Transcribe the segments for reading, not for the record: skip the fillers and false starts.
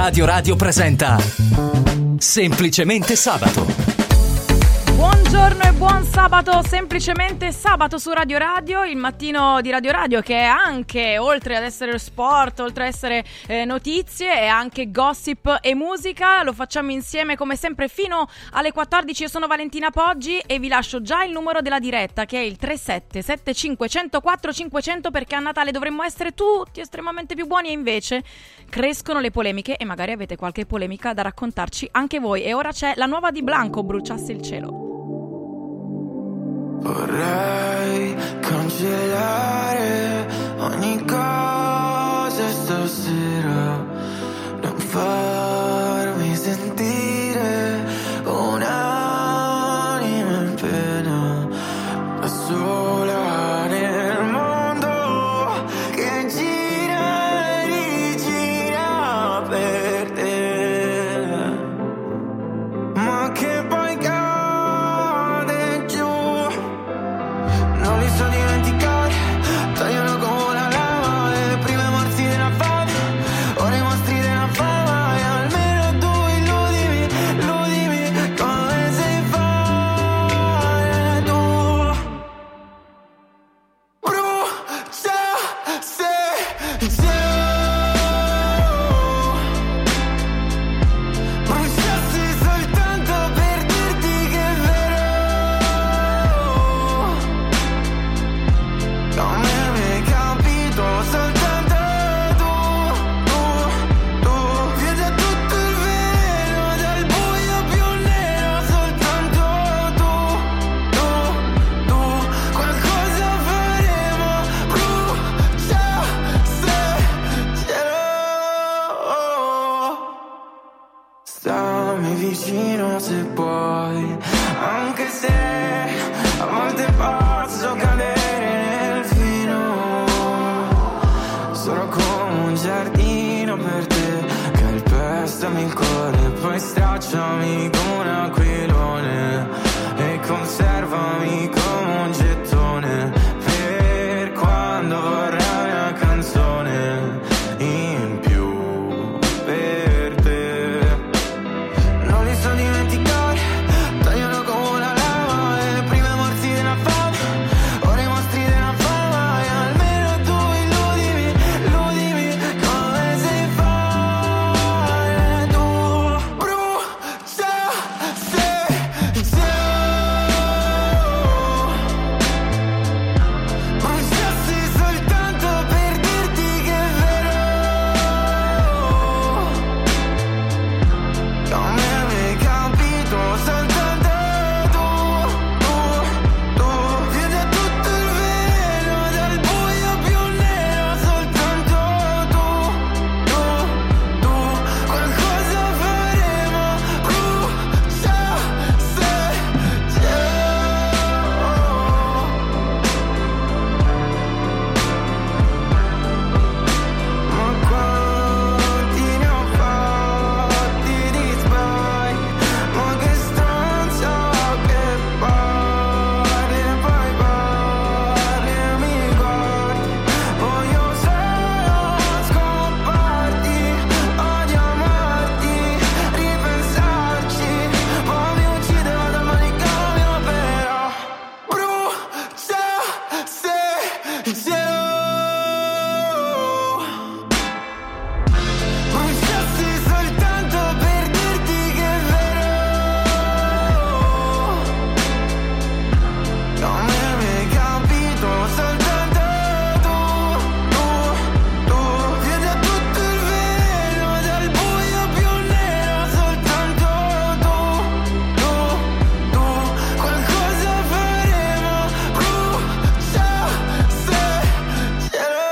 Radio Radio presenta Semplicemente Sabato. Buongiorno e buon sabato, semplicemente sabato su Radio Radio, il mattino di Radio Radio che è anche, oltre ad essere sport, oltre ad essere notizie, è anche gossip e musica. Lo facciamo insieme come sempre fino alle 14. Io sono Valentina Poggi e vi lascio già il numero della diretta, che è il 3775 104 500, perché a Natale dovremmo essere tutti estremamente più buoni e invece crescono le polemiche e magari avete qualche polemica da raccontarci anche voi. E ora c'è la nuova di Blanco, Bruciasse il cielo. Vorrei cancellare ogni cosa stasera, non farmi sentire un'anima in pena, da sola nel mondo che gira e rigira per te, ma che poi cade giù. Non li so dimenticare, tagliano come la lava, le prime morsi della fame, ora i mostri della fama, e almeno tu illudimi, illudimi come sei fare tu. Bruciasse il cielo, bruciassi soltanto per dirti che è vero. Come mi hai capito soltanto tu vedi tutto il vero dal buio più nero, soltanto tu, qualcosa faremo, bruciasse il cielo. Stammi vicino se puoi, anche se a volte posso cadere nel fino. Sono come un giardino per te, calpestami il cuore, poi stracciami come un aquilone e conservami come un gettone per quando vorrai una canzone in più per te. Non li so dimenticare, tagliano come la lava, le prime morsi della fame, ora i mostri della fama, e almeno tu illudimi, illudimi come sei fare tu. Bruciasse il cielo, bruciassi soltanto per dirti che è vero. Come mi hai capito soltanto tu vedi tutto il vero dal buio più nero, soltanto tu, qualcosa faremo, bruciasse il cielo. Ma quanti ne ho fatti di sbagli, ma che stronza che parli e poi parli e mi guardi. Voglio solo scopparti, odio amarti, ripensarci, poi mi uccide, vado al manicomio, però bruciasse il cielo. Bruciassi soltanto per dirti che è vero. Come mi hai capito soltanto tu vedi tutto il vero dal buio più nero, soltanto tu, qualcosa faremo, bruciasse il cielo.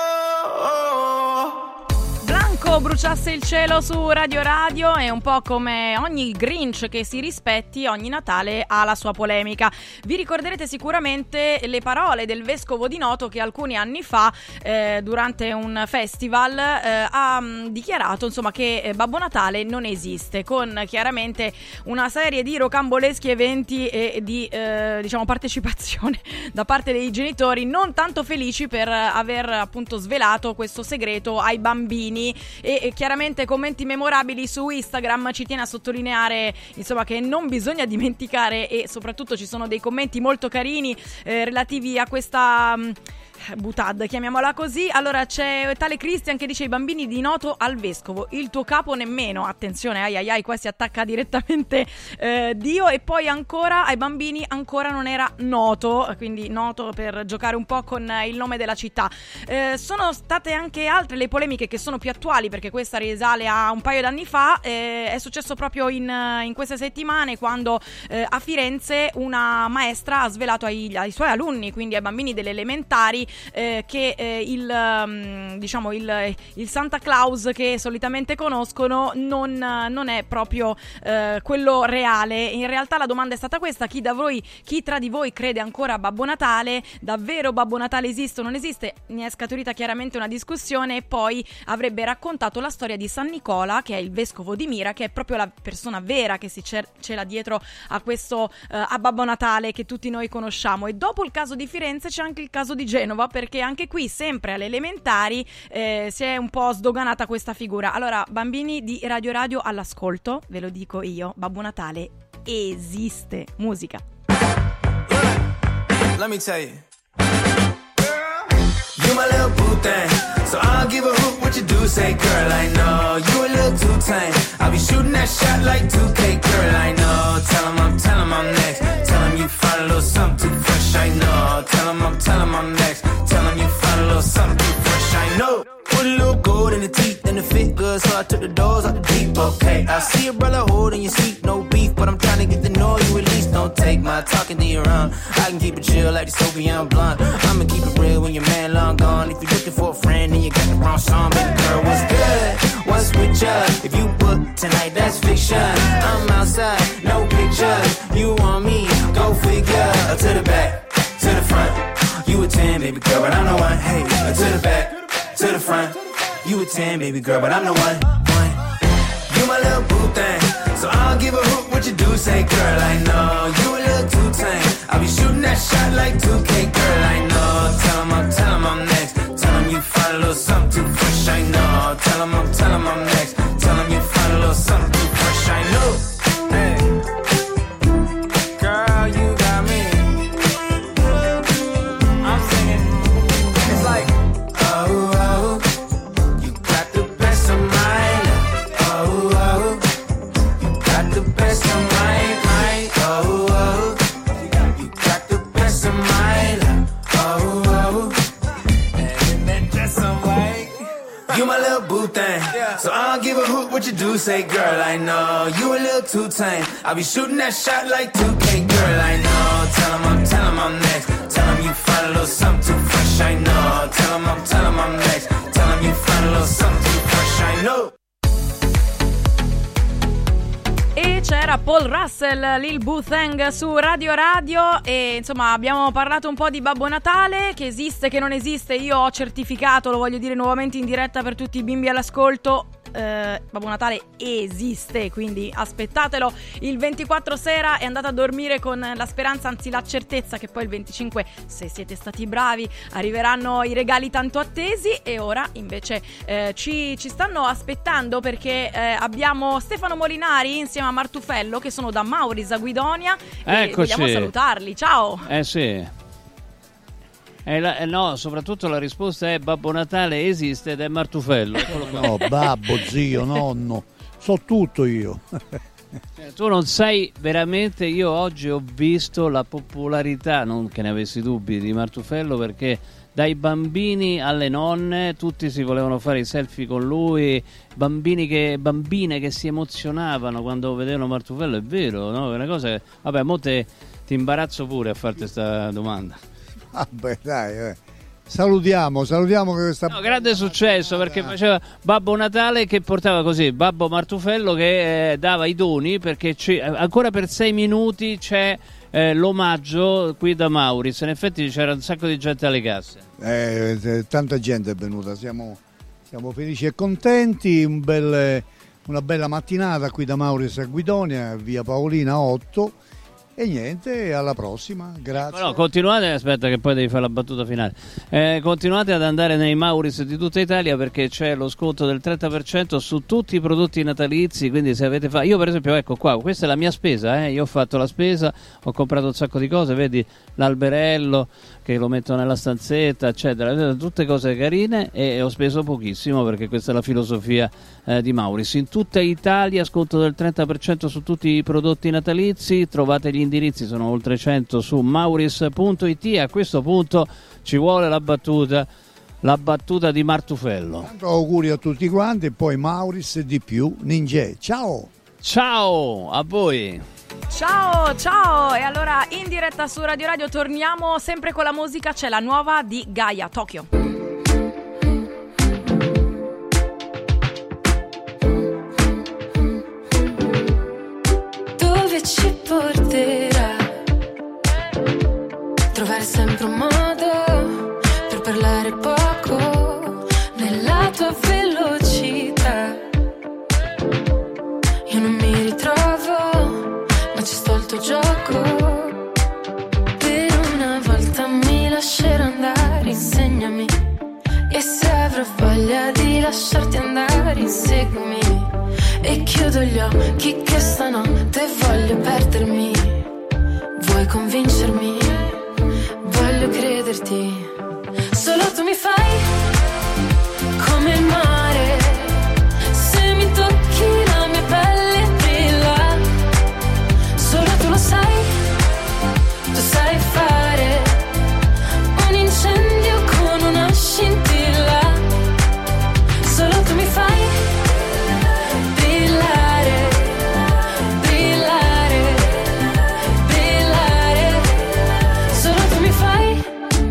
Blanco, Bruciasse il cielo su Radio Radio. È un po' come ogni Grinch che si rispetti, ogni Natale ha la sua polemica. Vi ricorderete sicuramente le parole del vescovo di Noto che alcuni anni fa durante un festival ha dichiarato insomma che Babbo Natale non esiste, con chiaramente una serie di rocamboleschi eventi e di diciamo partecipazione da parte dei genitori non tanto felici per aver appunto svelato questo segreto ai bambini. e chiaramente commenti memorabili su Instagram. Ci tiene a sottolineare insomma che non bisogna dimenticare, e soprattutto ci sono dei commenti molto carini relativi a questa butad, chiamiamola così. Allora c'è tale Christian che dice: i bambini di Noto al vescovo, il tuo capo nemmeno, attenzione, ai, qua si attacca direttamente Dio. E poi ancora ai bambini ancora non era noto, quindi noto per giocare un po' con il nome della città. Sono state anche altre le polemiche che sono più attuali, perché questa risale a un paio d'anni fa. È successo proprio in queste settimane, quando a Firenze una maestra ha svelato ai suoi alunni, quindi ai bambini delle elementari, che il Santa Claus che solitamente conoscono non è proprio quello reale. In realtà la domanda è stata questa: chi tra di voi crede ancora a Babbo Natale? Davvero Babbo Natale esiste o non esiste? Ne è scaturita chiaramente una discussione, e poi avrebbe raccontato la storia di San Nicola, che è il vescovo di Mira, che è proprio la persona vera che si cela dietro a questo a Babbo Natale che tutti noi conosciamo. E dopo il caso di Firenze c'è anche il caso di Genova, perché anche qui, sempre alle elementari, si è un po' sdoganata questa figura. Allora, bambini di Radio Radio all'ascolto, ve lo dico io, Babbo Natale esiste. Musica. Let me tell you, you my little boo thing, so I'll give a hoot what you do say, girl. I know you a little too tame, I'll be shooting that shot like 2K, girl. I know, tell 'em I'm next, tell 'em you find a little something too fresh. I know, tell 'em I'm next, tell 'em you find a little something too fresh. I know, put a little gold in the teeth and the fit good, so I took the doors out the deep. Okay, I see a brother holding your seat, no beef, but I'm trying to get to know you at least. Don't take my talking to your own, I can keep it chill like the Soviet blunt. I'ma keep it real when your man long gone. If you're looking for a friend and you got the wrong song, baby girl, what's good? What's with ya? If you book tonight, that's fiction. I'm outside, no pictures. You want me? Go figure. To the back, to the front. You a 10, baby girl, but I'm the one. Hey, to the back, to the front. You a 10, baby girl, but I'm the one. You my little boo thing, so I'll give a hoot what you do say, girl. I know you a little too tame, I'll be shooting that shot like 2K, girl. I know, tell 'em I'm next, tell 'em you find a little something too fresh. I know, tell 'em I'm next, tell 'em you find a little something too fresh. I know, hey, girl, you got me. I'm singing, it's like, oh, oh, you got the best of mine. Oh, oh, you got the best of mine. Oh, oh, you got the best of mine. Oh, oh, and then just some way. You my little boo thing, so I don't give a hoot what you do say, girl. I know you a little too tame, I'll be shooting that shot like 2K, girl. I know, tell 'em I'm next, tell 'em you find a little something too fresh. I know, tell 'em I'm next, tell 'em you find a little something too fresh. I know. E c'era Paul Russell, Lil Boo Thang su Radio Radio. E insomma abbiamo parlato un po' di Babbo Natale, che esiste, che non esiste. Io ho certificato, lo voglio dire nuovamente in diretta per tutti i bimbi all'ascolto, Babbo Natale esiste, quindi aspettatelo il 24 sera e andate a dormire con la speranza, anzi la certezza, che poi il 25, se siete stati bravi, arriveranno i regali tanto attesi. E ora invece ci stanno aspettando, perché abbiamo Stefano Molinari insieme a Martufello, che sono da Mauris a Guidonia. Eccoci. E vogliamo salutarli. Ciao. Sì. No, soprattutto la risposta è Babbo Natale esiste ed è Martufello. No, babbo, zio, nonno, so tutto io. Tu non sai veramente, io oggi ho visto la popolarità, non che ne avessi dubbi, di Martufello, perché dai bambini alle nonne tutti si volevano fare i selfie con lui, bambine che si emozionavano quando vedevano Martufello. È vero, no? È una cosa che... Vabbè, mo ti imbarazzo pure a farti questa domanda. Vabbè, dai, salutiamo questa... No, grande successo, perché faceva Babbo Natale che portava così Babbo Martufello che dava i doni, perché ancora per 6 minuti c'è l'omaggio qui da Mauris. In effetti c'era un sacco di gente alle casse, tanta gente è venuta, siamo felici e contenti. Una bella mattinata qui da Mauris a Guidonia, via Paolina 8, E niente, alla prossima, grazie. No, continuate, aspetta che poi devi fare la battuta finale. Continuate ad andare nei Mauris di tutta Italia perché c'è lo sconto del 30% su tutti i prodotti natalizi, quindi se avete fatto... Io per esempio, ecco qua, questa è la mia spesa, io ho fatto la spesa, ho comprato un sacco di cose, vedi l'alberello che lo metto nella stanzetta, eccetera, tutte cose carine, e ho speso pochissimo perché questa è la filosofia di Mauris. In tutta Italia sconto del 30% su tutti i prodotti natalizi, trovate gli indirizzi, sono oltre 100 su mauris.it. A questo punto ci vuole la battuta di Martufello. Tanto auguri a tutti quanti e poi Mauris di più Ninja. Ciao a voi. Ciao, e allora in diretta su Radio Radio torniamo sempre con la musica, c'è la nuova di Gaia, Tokyo. Dove ci porterà? Trovare sempre un modo per parlare poco nella tua velocità. Io non mi ritrovo, ma ci sto il tuo gioco. Per una volta mi lascerò andare, insegnami. E se avrò voglia di lasciarti andare, inseguimi. E chiudo gli occhi che stanotte voglio perdermi. Vuoi convincermi? Voglio crederti. Solo tu mi fai come il mare. Se mi tocchi la mia pelle brilla. Solo tu lo sai. Tu sai fare un incendio con una scintilla. Solo tu mi fai brillare, brillare, brillare. Solo tu mi fai.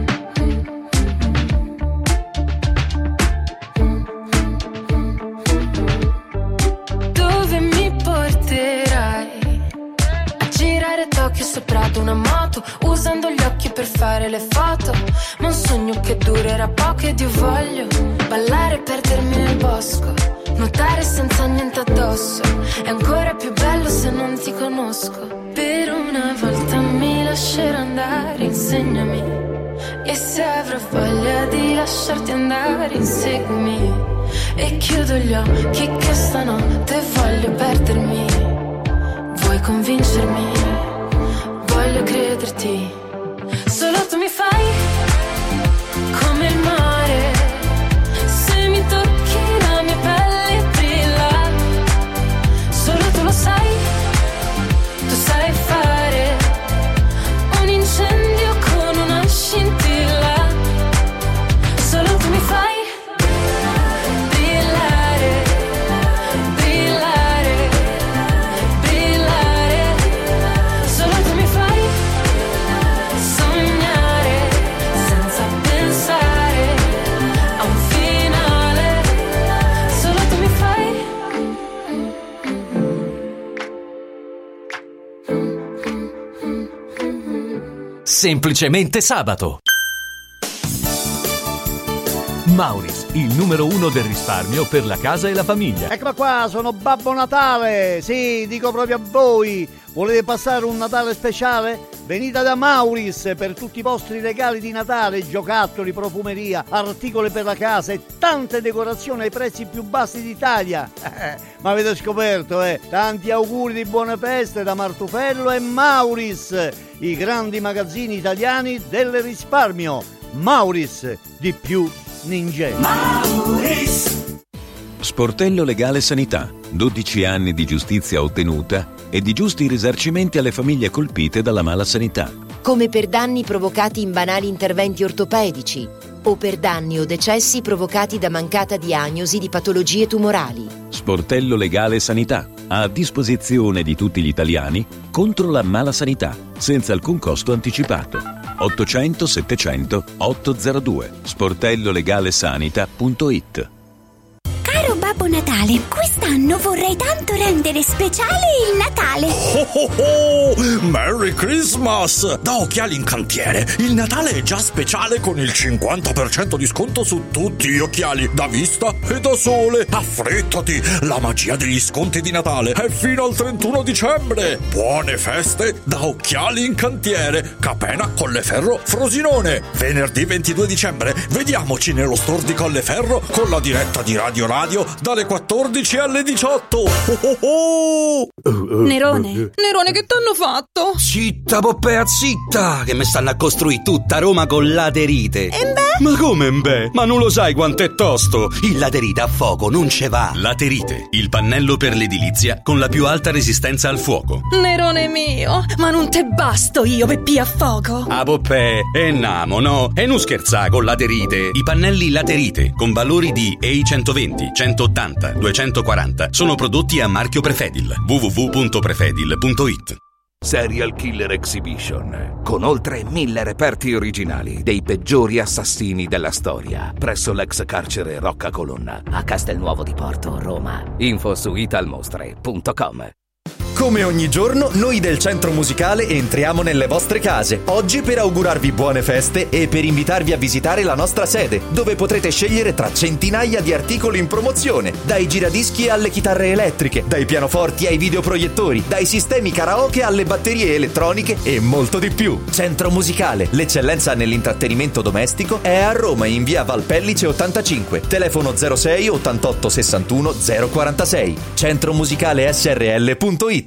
Dove mi porterai? A girare Tokyo sopra ad una moto, usando gli occhi per fare le foto. Ma un sogno che durerà poco ed io voglio ballare e perdermi nel bosco, nuotare senza niente addosso. È ancora più bello se non ti conosco. Per una volta mi lascerò andare, insegnami. E se avrò voglia di lasciarti andare, inseguimi. E chiudo gli occhi che stanotte voglio perdermi. Vuoi convincermi? Voglio crederti. Solo tu mi fai come il mare. Se mi tocchi la mia pelle brilla. Solo tu lo sai. Tu sai fare un incendio con una scintilla. Solo tu mi fai brillare, brillare, brillare. Solo tu mi fai sognare senza pensare a un finale. Solo tu mi fai. Semplicemente sabato. Mauris, il numero 1 del risparmio per la casa e la famiglia. Eccola qua, sono Babbo Natale. Sì, dico proprio a voi. Volete passare un Natale speciale? Venite da Mauris per tutti i vostri regali di Natale, giocattoli, profumeria, articoli per la casa e tante decorazioni ai prezzi più bassi d'Italia. Ma avete scoperto, Tanti auguri di buone feste da Martufello e Mauris, i grandi magazzini italiani del risparmio. Mauris, di più Ninja. Mauris. Sportello Legale Sanità. 12 anni di giustizia ottenuta e di giusti risarcimenti alle famiglie colpite dalla mala sanità. Come per danni provocati in banali interventi ortopedici o per danni o decessi provocati da mancata diagnosi di patologie tumorali. Sportello Legale Sanità. A disposizione di tutti gli italiani contro la mala sanità, senza alcun costo anticipato. 800 700 802. sportellolegalesanita.it. Caro Babbo Babbo Natale, quest'anno vorrei tanto rendere speciale il Natale. Oh oh oh! Merry Christmas! Da Occhiali in Cantiere, il Natale è già speciale con il 50% di sconto su tutti gli occhiali, da vista e da sole. Affrettati! La magia degli sconti di Natale è fino al 31 dicembre. Buone feste da Occhiali in Cantiere, Capena, Colleferro, Frosinone. Venerdì 22 dicembre, vediamoci nello store di Colleferro con la diretta di Radio dalle 14 alle 18. Oh oh oh. Nerone, che t'hanno fatto? Zitta Poppea, zitta, che mi stanno a costruire tutta Roma con laterite. E beh? Ma come beh? Ma non lo sai quanto è tosto? Il laterite a fuoco non ce va. Laterite, il pannello per l'edilizia con la più alta resistenza al fuoco. Nerone mio, ma non te basto io per pia a fuoco. Ah Poppè, e namo, no? E non scherzà con laterite. I pannelli Laterite con valori di EI 120, 180, 240 sono prodotti a marchio Prefedil. www.prefedil.it. Serial Killer Exhibition, con oltre 1000 reperti originali dei peggiori assassini della storia, presso l'ex carcere Rocca Colonna a Castelnuovo di Porto, Roma. Info su italmostre.com. Come ogni giorno, noi del Centro Musicale entriamo nelle vostre case. Oggi per augurarvi buone feste e per invitarvi a visitare la nostra sede, dove potrete scegliere tra centinaia di articoli in promozione, dai giradischi alle chitarre elettriche, dai pianoforti ai videoproiettori, dai sistemi karaoke alle batterie elettroniche e molto di più. Centro Musicale, l'eccellenza nell'intrattenimento domestico, è a Roma in via Valpellice 85, telefono 06 88 61 046, centromusicalesrl.it.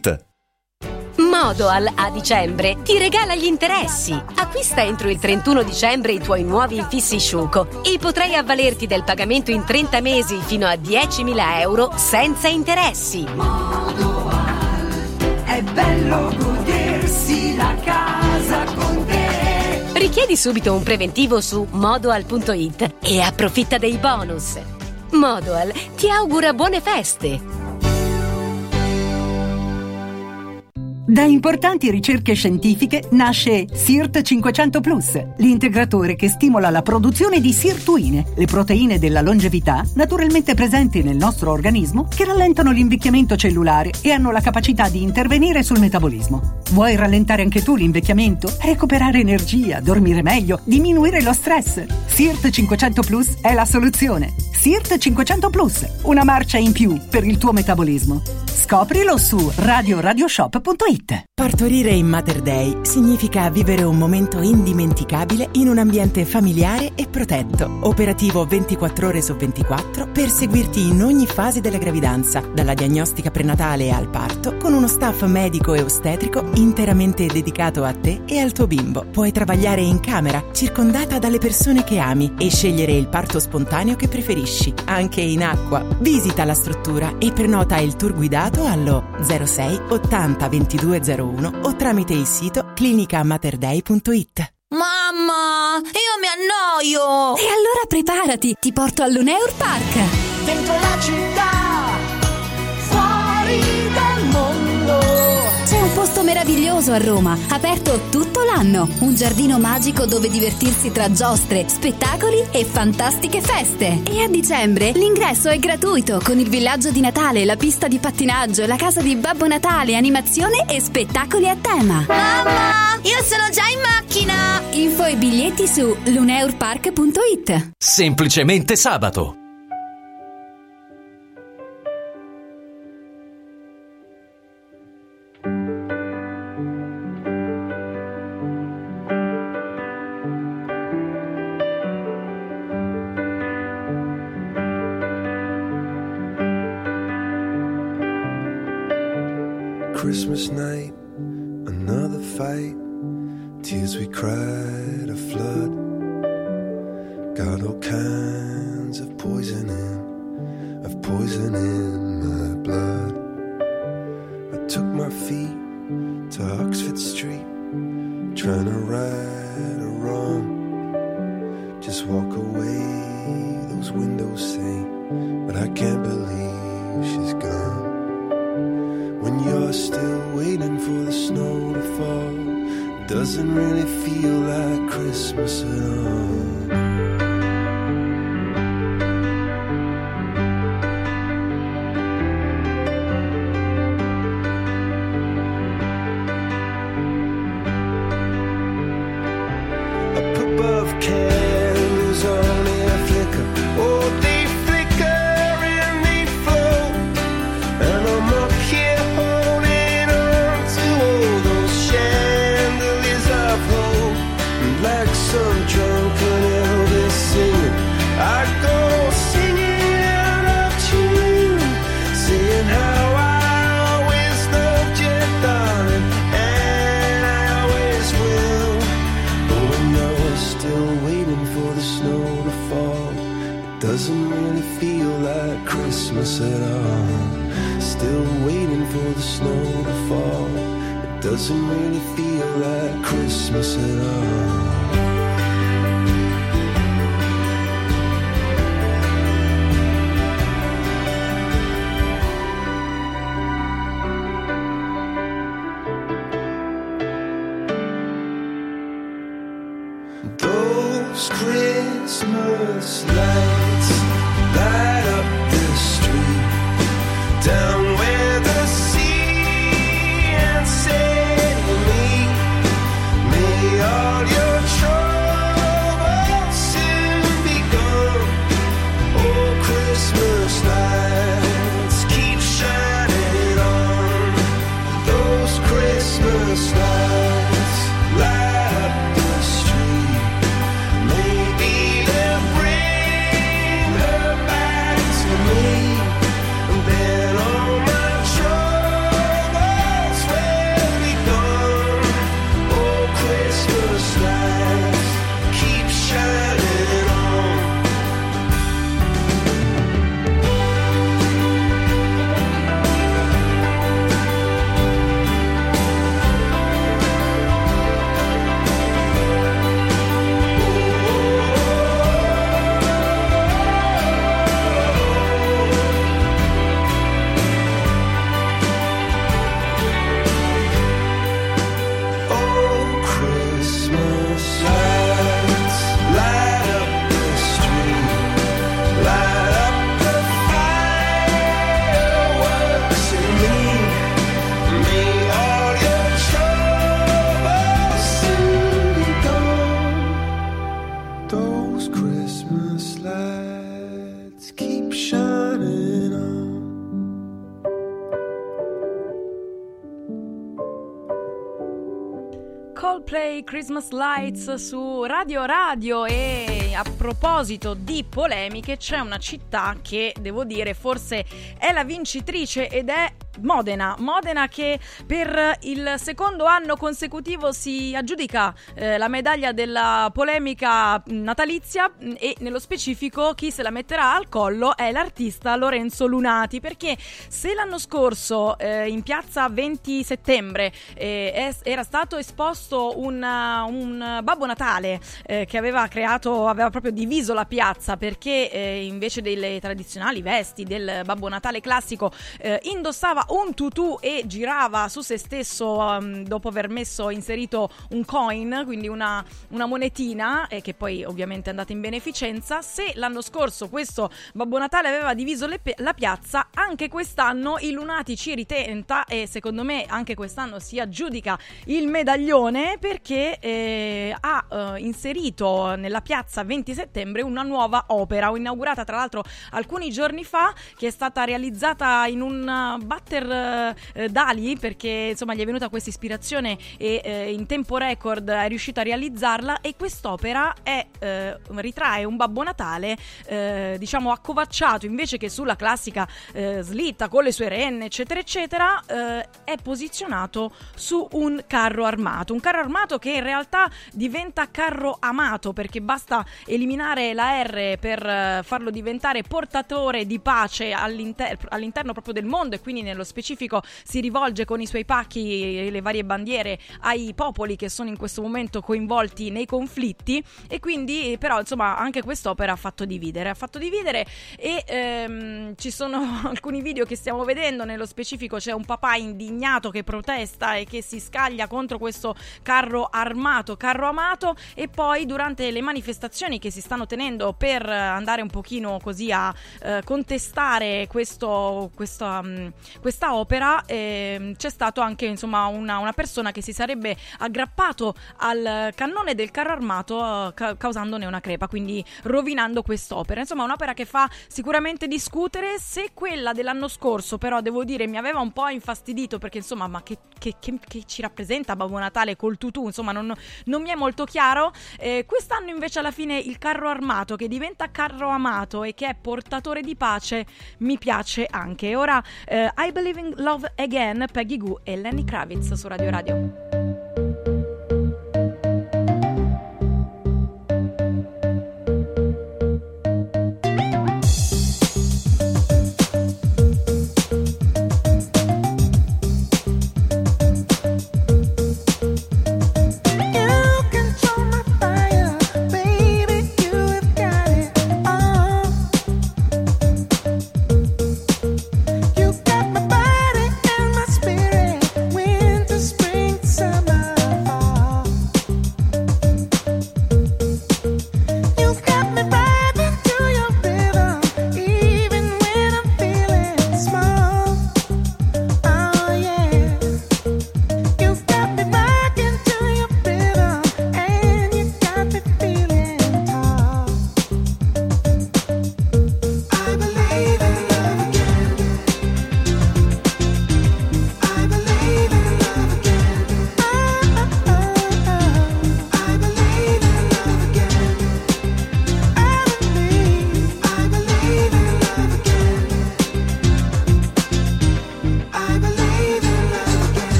Modoal a dicembre ti regala gli interessi. Acquista entro il 31 dicembre i tuoi nuovi infissi Sciuco e potrai avvalerti del pagamento in 30 mesi fino a 10.000 euro senza interessi. Modoal, è bello godersi la casa con te. Richiedi subito un preventivo su modoal.it e approfitta dei bonus. Modoal ti augura buone feste. Da importanti ricerche scientifiche nasce SIRT 500 Plus, l'integratore che stimola la produzione di sirtuine, le proteine della longevità naturalmente presenti nel nostro organismo che rallentano l'invecchiamento cellulare e hanno la capacità di intervenire sul metabolismo. Vuoi rallentare anche tu l'invecchiamento? Recuperare energia, dormire meglio, diminuire lo stress? SIRT 500 Plus è la soluzione. SIRT 500 Plus, una marcia in più per il tuo metabolismo. Scoprilo su radioshop.it. Partorire in Mater Dei significa vivere un momento indimenticabile in un ambiente familiare e protetto, operativo 24 ore su 24 per seguirti in ogni fase della gravidanza, dalla diagnostica prenatale al parto, con uno staff medico e ostetrico interamente dedicato a te e al tuo bimbo. Puoi travagliare in camera, circondata dalle persone che ami e scegliere il parto spontaneo che preferisci, anche in acqua. Visita la struttura e prenota il tour guidato allo 06 80 2201 o tramite il sito clinicamaterdei.it. Mamma, io mi annoio! E allora preparati, ti porto all'Uneur Park. Dentro la città, fuori dal mondo. C'è un posto meraviglioso a Roma, aperto tutto l'anno. Un giardino magico dove divertirsi tra giostre, spettacoli e fantastiche feste. E a dicembre l'ingresso è gratuito con il villaggio di Natale, la pista di pattinaggio, la casa di Babbo Natale, animazione e spettacoli a tema. Mamma, io sono già in macchina! Info e biglietti su luneurpark.it. Semplicemente sabato. Christmas night, another fight, tears we cried a flood. Got all kinds of poison in my blood. I took my feet to Oxford Street, trying to right a wrong. Just walk away, those windows say, but I can't believe she's gone. When you're still waiting for the snow to fall, it doesn't really feel like Christmas at all. doesn't really feel like Christmas at all. Still waiting for the snow to fall. It doesn't really feel like Christmas at all. Those Christmas lights light up the street, down where the sea and say to me, may all your troubles soon be gone. Oh, Christmas lights keep shining on. Those Christmas lights light up the street. Maybe they'll bring her back to me, and then all my troubles will be gone. Oh, Christmas lights keep shining on. Oh, Christmas lights light up the street, light up the fireworks in me. May all your troubles soon be gone. Those Christmas lights keep shining on. Coldplay, Christmas Lights su Radio Radio. E a proposito di polemiche, c'è una città che devo dire forse è la vincitrice ed è Modena. Modena che per il secondo anno consecutivo si aggiudica la medaglia della polemica natalizia, e nello specifico chi se la metterà al collo è l'artista Lorenzo Lunati, perché se l'anno scorso in piazza 20 settembre era stato esposto un Babbo Natale che aveva proprio diviso la piazza, perché invece delle tradizionali vesti del Babbo Natale classico indossava un tutù e girava su se stesso dopo aver inserito un coin, quindi una monetina, che poi ovviamente è andata in beneficenza. Se l'anno scorso questo Babbo Natale aveva diviso la piazza, anche quest'anno il Lunati ci ritenta e secondo me anche quest'anno si aggiudica il medaglione, perché ha inserito nella piazza 20 settembre una nuova opera, inaugurata tra l'altro alcuni giorni fa, che è stata realizzata in un batter Dali, perché insomma gli è venuta questa ispirazione e in tempo record è riuscito a realizzarla. E quest'opera ritrae un Babbo Natale diciamo accovacciato, invece che sulla classica slitta con le sue renne eccetera eccetera, è posizionato su un carro armato che in realtà diventa carro amato, perché basta eliminare la R per farlo diventare portatore di pace all'interno proprio del mondo, e quindi nello specifico si rivolge con i suoi pacchi e le varie bandiere ai popoli che sono in questo momento coinvolti nei conflitti. E quindi però insomma anche quest'opera ha fatto dividere e ci sono alcuni video che stiamo vedendo. Nello specifico c'è un papà indignato che protesta e che si scaglia contro questo carro amato, e poi durante le manifestazioni che si stanno tenendo per andare un pochino così a contestare questa opera, c'è stato anche insomma una persona che si sarebbe aggrappato al cannone del carro armato causandone una crepa, quindi rovinando quest'opera. Insomma un'opera che fa sicuramente discutere. Se quella dell'anno scorso però devo dire mi aveva un po' infastidito, perché insomma ma che ci rappresenta Babbo Natale col tutù, insomma non mi è molto chiaro. Quest'anno invece alla fine il carro armato che diventa carro amato e che è portatore di pace mi piace anche. Ora I Believe in Love Again, Peggy Goo e Lenny Kravitz su Radio Radio.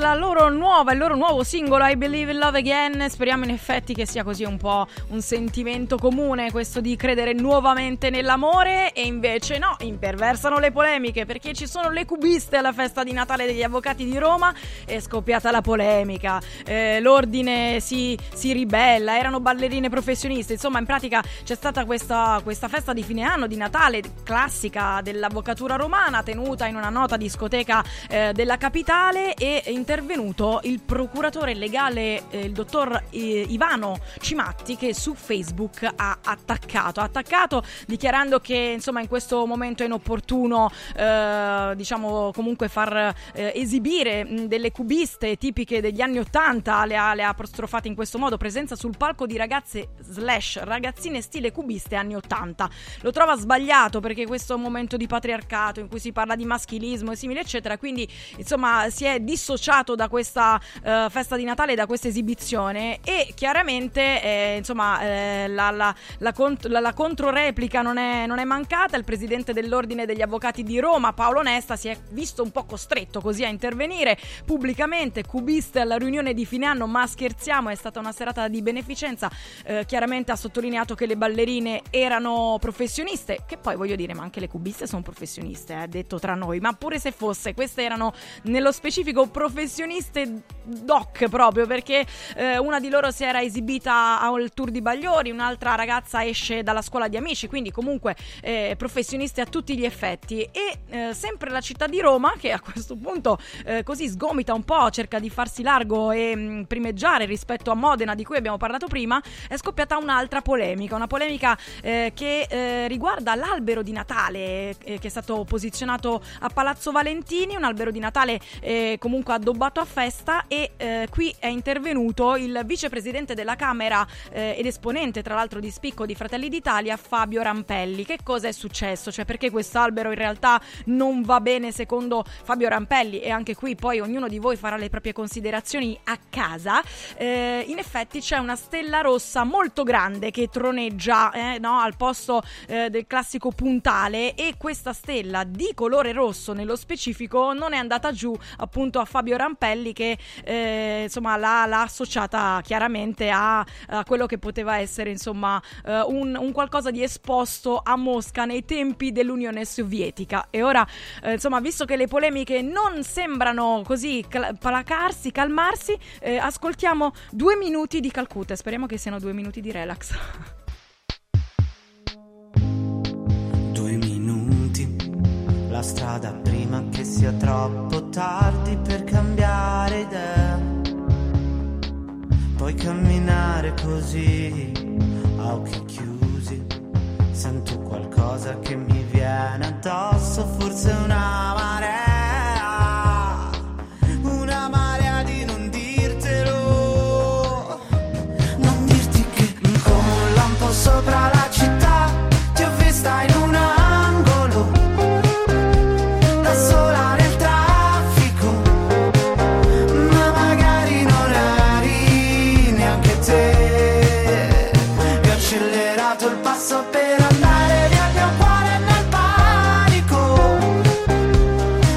il loro nuovo singolo I Believe in Love Again. Speriamo in effetti che sia così un po' un sentimento comune, questo di credere nuovamente nell'amore. E invece no, imperversano le polemiche, perché ci sono le cubiste alla festa di Natale degli Avvocati di Roma. È scoppiata la polemica, l'ordine si ribella, erano ballerine professioniste. Insomma, in pratica c'è stata questa festa di fine anno di Natale classica dell'avvocatura romana, tenuta in una nota discoteca della capitale. E è intervenuto il procuratore legale, il dottor Ivano Cimatti, che su Facebook ha attaccato dichiarando che insomma in questo momento è inopportuno diciamo comunque far esibire delle cubiste tipiche degli anni '80. le ha apostrofate in questo modo: presenza sul palco di ragazze / ragazzine stile cubiste anni '80. Lo trova sbagliato perché questo è un momento di patriarcato in cui si parla di maschilismo e simili eccetera, quindi insomma si è dissociato da questa festa di Natale, da questa esibizione. E chiaramente insomma la controreplica non è mancata. Il presidente dell'Ordine degli Avvocati di Roma, Paolo Nesta, si è visto un po' costretto così a intervenire pubblicamente. Cubiste alla riunione di fine anno, ma scherziamo, è stata una serata di beneficenza. Chiaramente ha sottolineato che le ballerine erano professioniste, che poi voglio dire, ma anche le cubiste sono professioniste, detto tra noi, ma pure se fosse, queste erano nello specifico professioniste doc, proprio perché una di loro si era esibita al Tour di Bagliori, un'altra ragazza esce dalla scuola di amici, quindi comunque professioniste a tutti gli effetti. E sempre la città di Roma, che a questo punto così sgomita un po', cerca di farsi largo e primeggiare rispetto a Modena, di cui abbiamo parlato prima, è scoppiata un'altra polemica, che riguarda l'albero di Natale che è stato posizionato a Palazzo Valentini, un albero di Natale comunque addobbato a festa. E qui è intervenuto il vicepresidente della Camera ed esponente tra l'altro di spicco di Fratelli d'Italia, Fabio Rampelli. Che cosa è successo? Cioè, perché quest'albero in realtà non va bene secondo Fabio Rampelli? E anche qui poi ognuno di voi farà le proprie considerazioni a casa. In effetti c'è una stella rossa molto grande che troneggia al posto del classico puntale, e questa stella di colore rosso nello specifico non è andata giù appunto a Fabio Rampelli, che insomma l'ha associata chiaramente a quello che poteva essere insomma un qualcosa di esposto a Mosca nei tempi dell'Unione Sovietica. E ora insomma, visto che le polemiche non sembrano così calmarsi, ascoltiamo 2 minuti di Calcutta. Speriamo che siano 2 minuti di relax. 2 minuti, la strada prima che sia troppo tardi per cambiare idea, puoi camminare così a occhi chiusi. Sento qualcosa che mi viene addosso, forse una marea di non dirtelo, non dirti che come un lampo sopra la città ti ho vista in un angolo, da sola nel traffico, ma magari non eri neanche te. E ho accelerato il passo per andare via, il mio cuore nel panico,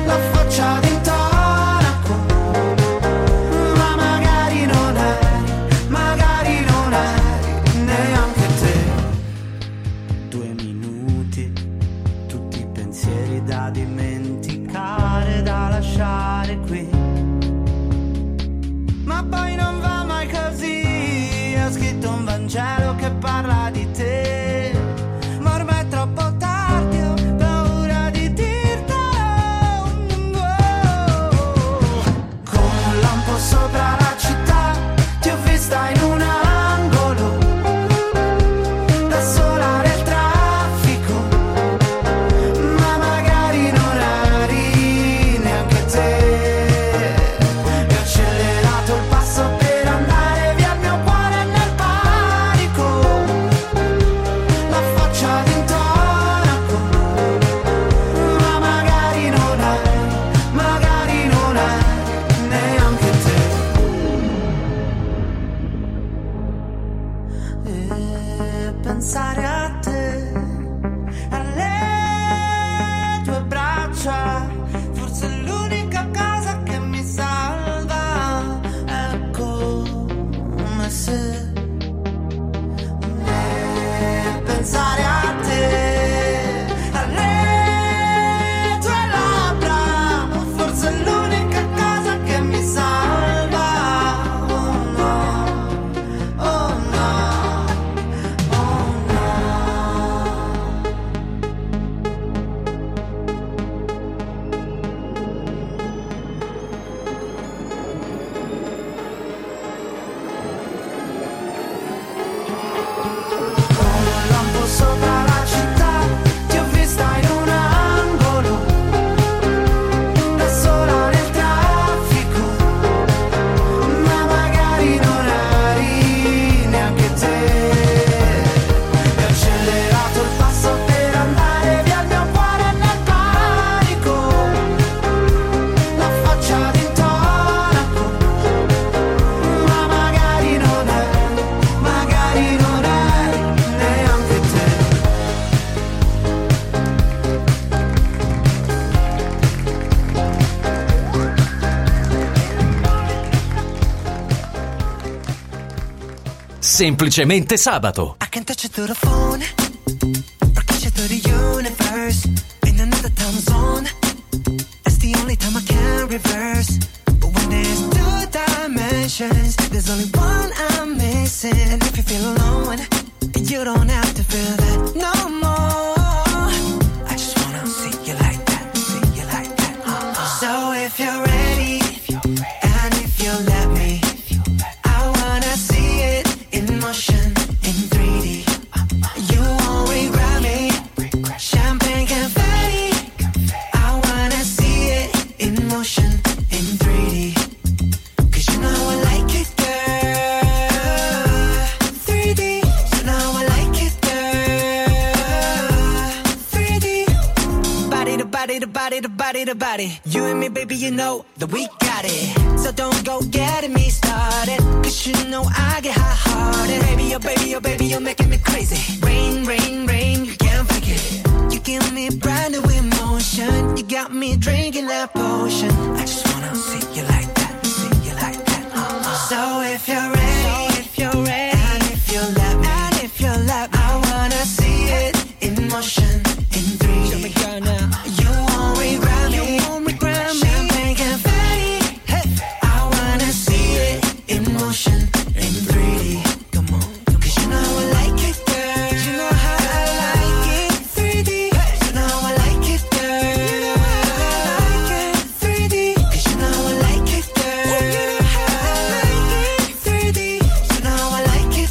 semplicemente sabato. I can touch it through the phone, or catch it through the universe, in another time zone. It's the only time I can reverse. But when there's two dimensions, there's only one I'm missing. And if you feel alone, you don't have to feel that no more. I just wanna see you like that, see you like that. So if you're ready, and if you let me, I wanna see it in motion, in 3D. You won't regret me. Champagne confetti. I wanna see it in motion, in 3D. 'Cause you know I like it, girl. 3D. You know I like it, girl. 3D. Body to body to body to body to body. You and me, baby, you know that we got it. So don't go getting me started, 'cause you know I get hot-hearted. Baby, oh baby, oh baby, you're making me crazy. Rain, rain, rain, you can't fake it. You give me brand new emotion. You got me drinking that potion. I just wanna see you like that, see you like that. So if you're ready, and if you let me, I wanna see it in motion, in 3D. Show me girl now. You won't regret me. Champagne confetti. I wanna see it in motion, in 3D. Come on, 'cause you know I like it, girl. You know how I like it, 3D. You know I like it, girl. You know how I like it, 3D. 'Cause you know I like it, girl. You know how I like it, 3D. You know I like it,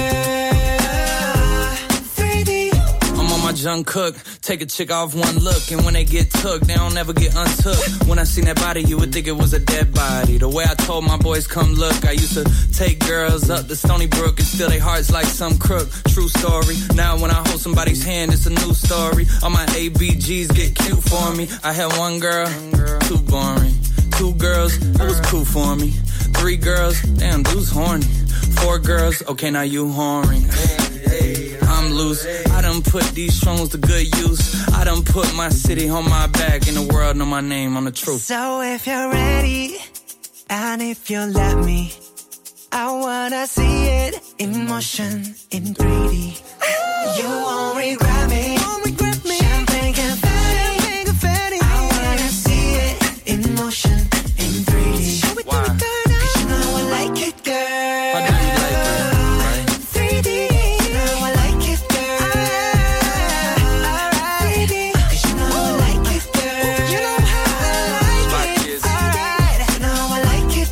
girl. 3D. I'm on my junk cook. Take a chick off one look, and when they get took, they don't ever get untook. When I seen that body, you would think it was a dead body. The way I told my boys, come look, I used to take girls up the Stony Brook and steal their hearts like some crook. True story. Now when I hold somebody's hand, it's a new story. All my ABGs get cute for me. I had one girl, too boring. 2 girls, that was cool for me. 3 girls, damn, dude's horny. 4 girls, okay, now you whoring. I'm loose. I done put these songs to good use. I done put my city on my back, and the world know my name on the truth. So if you're ready, and if you let me, I wanna see it in motion, in 3D. You won't regret me. Champagne confetti. I wanna see it in motion, in 3D. Why? 'Cause you know I like it, girl. Why do you like it? 3D. You know I like it, girl. 3D. 'Cause you know I like it, girl. You know how I like it. Alright. You know I like it,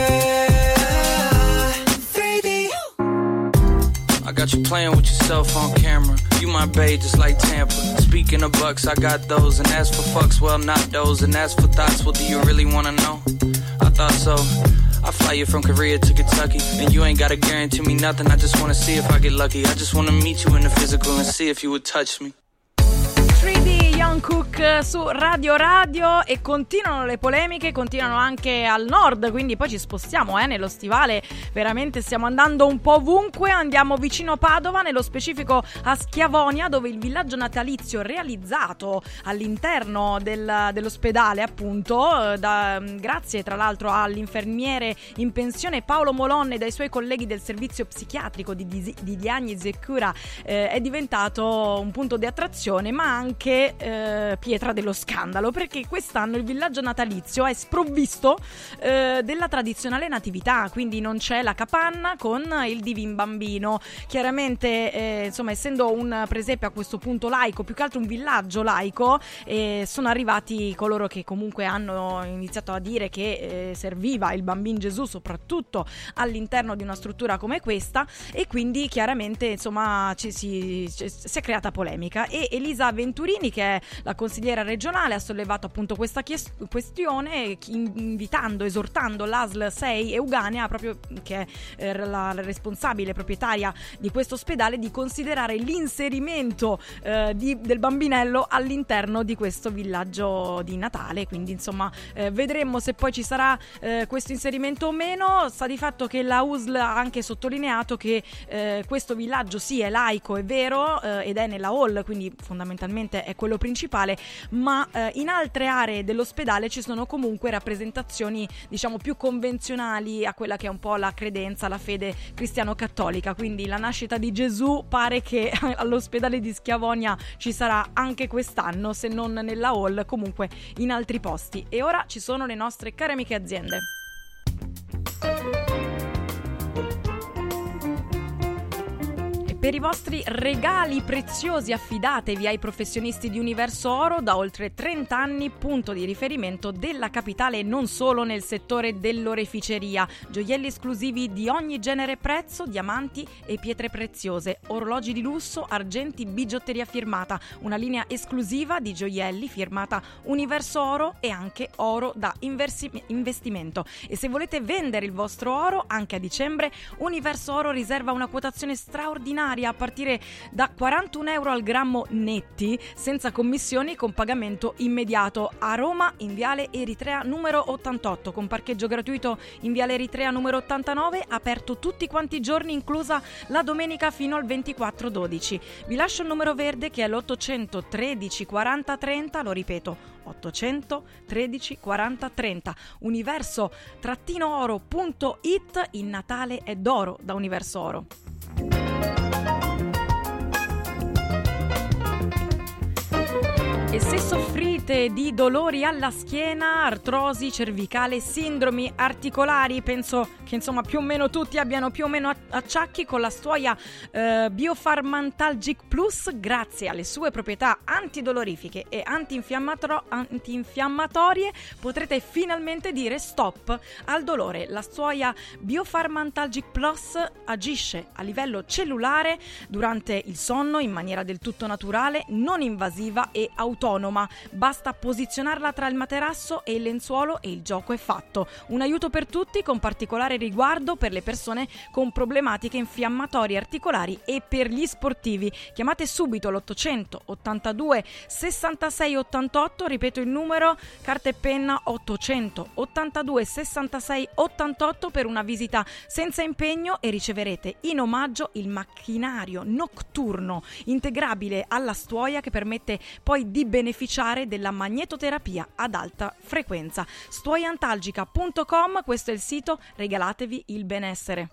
girl. 3D. I got you playing with yourself on camera. You my babe just like Tampa. Speaking of bucks, I got those. And as for fucks, well, not those. And as for thoughts, well, do you really wanna know? I thought so. I fly you from Korea to Kentucky, and you ain't gotta guarantee me nothing. I just wanna see if I get lucky. I just wanna meet you in the physical and see if you would touch me. 3D Jungkook su Radio Radio, e continuano le polemiche, continuano anche al nord, quindi poi ci spostiamo nello stivale, veramente stiamo andando un po' ovunque. Andiamo vicino Padova, nello specifico a Schiavonia, dove il villaggio natalizio realizzato all'interno dell'ospedale, appunto, grazie tra l'altro all'infermiere in pensione Paolo Molonne e dai suoi colleghi del servizio psichiatrico di diagnosi e cura, è diventato un punto di attrazione, ma anche pietra dello scandalo, perché quest'anno il villaggio natalizio è sprovvisto della tradizionale natività, quindi non c'è la capanna con il divin bambino. Chiaramente insomma, essendo un presepe a questo punto laico, più che altro un villaggio laico, sono arrivati coloro che comunque hanno iniziato a dire che serviva il bambino Gesù soprattutto all'interno di una struttura come questa, e quindi chiaramente insomma si è creata polemica, e Elisa Venturini, che è la consigliera regionale, ha sollevato appunto questa questione, esortando l'ASL 6 Euganea, proprio che è la responsabile proprietaria di questo ospedale, di considerare l'inserimento del bambinello all'interno di questo villaggio di Natale. Quindi insomma vedremo se poi ci sarà questo inserimento o meno. Sta di fatto che la USL ha anche sottolineato che questo villaggio sì è laico, è vero, ed è nella hall, quindi fondamentalmente è quello principale, principale, ma in altre aree dell'ospedale ci sono comunque rappresentazioni, diciamo, più convenzionali a quella che è un po' la credenza, la fede cristiano-cattolica. Quindi la nascita di Gesù pare che all'ospedale di Schiavonia ci sarà anche quest'anno, se non nella hall, comunque in altri posti. E ora ci sono le nostre care amiche aziende. Per i vostri regali preziosi affidatevi ai professionisti di Universo Oro, da oltre 30 anni punto di riferimento della capitale e non solo nel settore dell'oreficeria. Gioielli esclusivi di ogni genere e prezzo, diamanti e pietre preziose, orologi di lusso, argenti, bigiotteria firmata, una linea esclusiva di gioielli firmata Universo Oro e anche oro da investimento. E se volete vendere il vostro oro anche a dicembre, Universo Oro riserva una quotazione straordinaria a partire da 41 euro al grammo netti, senza commissioni, con pagamento immediato. A Roma in Viale Eritrea numero 88, con parcheggio gratuito in Viale Eritrea numero 89, aperto tutti quanti i giorni, inclusa la domenica fino al 24/12. Vi lascio il numero verde che è l'800 13 40 30, lo ripeto, 800 13 40 30. Universo-oro.it, il Natale è d'oro da Universo Oro. E se soffrite di dolori alla schiena, artrosi cervicale, sindromi articolari, penso che insomma più o meno tutti abbiano più o meno acciacchi, con la stuoia Biofarmantalgic Plus, grazie alle sue proprietà antidolorifiche e antinfiammatorie, potrete finalmente dire stop al dolore. La stuoia Biofarmantalgic Plus agisce a livello cellulare durante il sonno in maniera del tutto naturale, non invasiva e autonoma. Basta posizionarla tra il materasso e il lenzuolo e il gioco è fatto. Un aiuto per tutti, con particolare riguardo per le persone con problematiche infiammatorie articolari e per gli sportivi. Chiamate subito l'800 82 66 88, ripeto il numero, carta e penna, 800 82 66 88, per una visita senza impegno, e riceverete in omaggio il macchinario notturno integrabile alla stuoia, che permette poi di beneficiare della magnetoterapia ad alta frequenza. Stuoiantalgica.com, questo è il sito, regalatevi il benessere.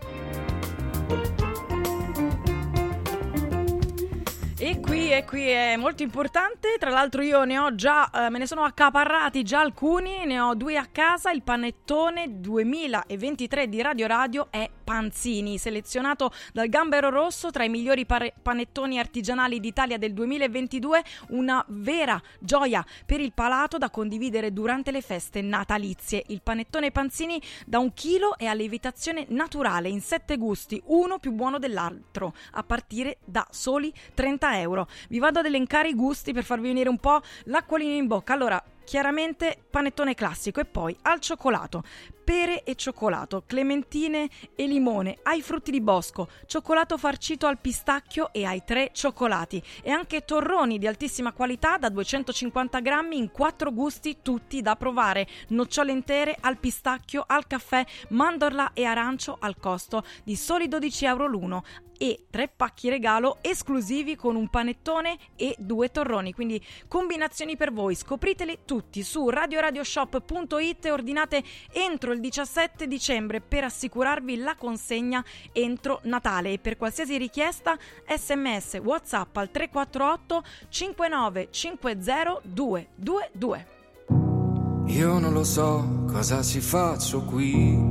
E qui è molto importante, tra l'altro io ne ho già, me ne sono accaparrati già alcuni, ne ho 2 a casa. Il panettone 2023 di Radio Radio è Panzini, selezionato dal Gambero Rosso tra i migliori panettoni artigianali d'Italia del 2022, una vera gioia per il palato da condividere durante le feste natalizie. Il panettone Panzini da 1 chilo è a lievitazione naturale in 7 gusti, uno più buono dell'altro, a partire da soli 30 euro. Vi vado ad elencare i gusti per farvi venire un po' l'acquolina in bocca. Allora, chiaramente panettone classico, e poi al cioccolato, pere e cioccolato, clementine e limone, ai frutti di bosco, cioccolato farcito al pistacchio e ai 3 cioccolati, e anche torroni di altissima qualità da 250 grammi in 4 gusti, tutti da provare: nocciole intere al pistacchio, al caffè, mandorla e arancio, al costo di soli 12 euro l'uno, e 3 pacchi regalo esclusivi con un panettone e 2 torroni, quindi combinazioni per voi. Scopriteli tutti su radioradioshop.it e ordinate entro il 17 dicembre per assicurarvi la consegna entro Natale. E per qualsiasi richiesta SMS WhatsApp al 348 59 50 222. Io non lo so cosa ci faccio qui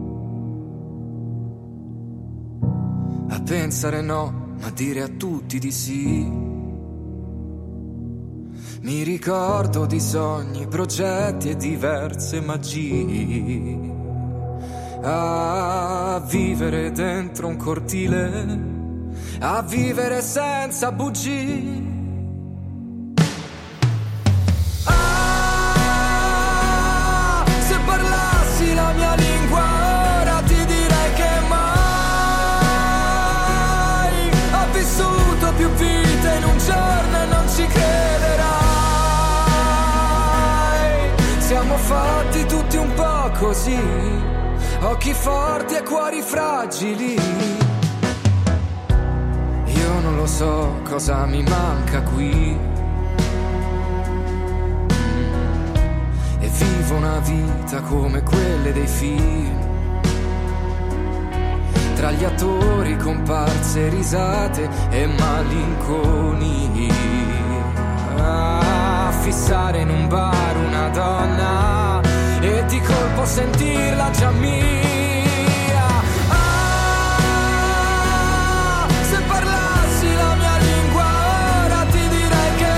a pensare no, ma dire a tutti di sì. Mi ricordo di sogni, progetti e diverse magie. A vivere dentro un cortile, a vivere senza bugie. Ah, se parlassi la mia lingua ora ti direi che mai ho vissuto più vite in un giorno e non ci crederai. Siamo fatti tutti un po' così, occhi forti e cuori fragili. Io non lo so cosa mi manca qui, vivo una vita come quelle dei film, tra gli attori, comparse, risate e malinconia. Fissare in un bar una donna e di colpo sentirla già mia. Se parlassi la mia lingua ora ti direi che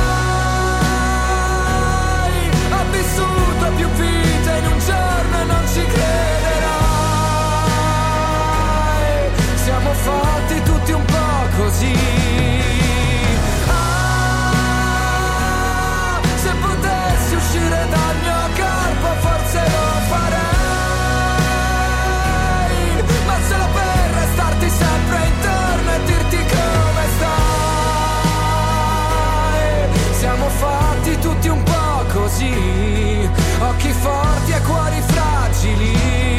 mai ho vissuto più vite in un giorno e non ci crederai. Siamo fatti tutti un po' così. Uscire dal mio corpo forse lo farei, ma solo per restarti sempre intorno e dirti come stai. Siamo fatti tutti un po' così, occhi forti e cuori fragili.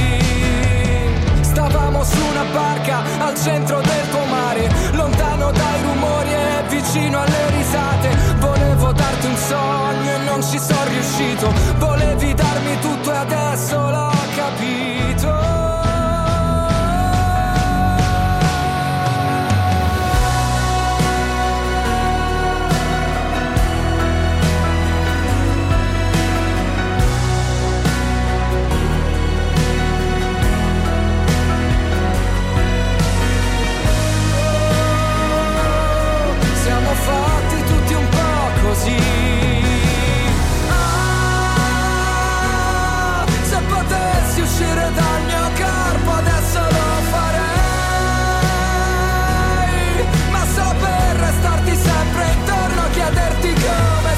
Stavamo su una barca al centro del tuo mare, lontano dai rumori e vicino alle risate. Volevo darti un sogno e non ci sono riuscito. Volevi darmi tutto e adesso l'ho capito. Siamo fatti tutti un po' così. Se potessi uscire dal mio corpo adesso lo farei, ma solo per restarti sempre intorno, chiederti come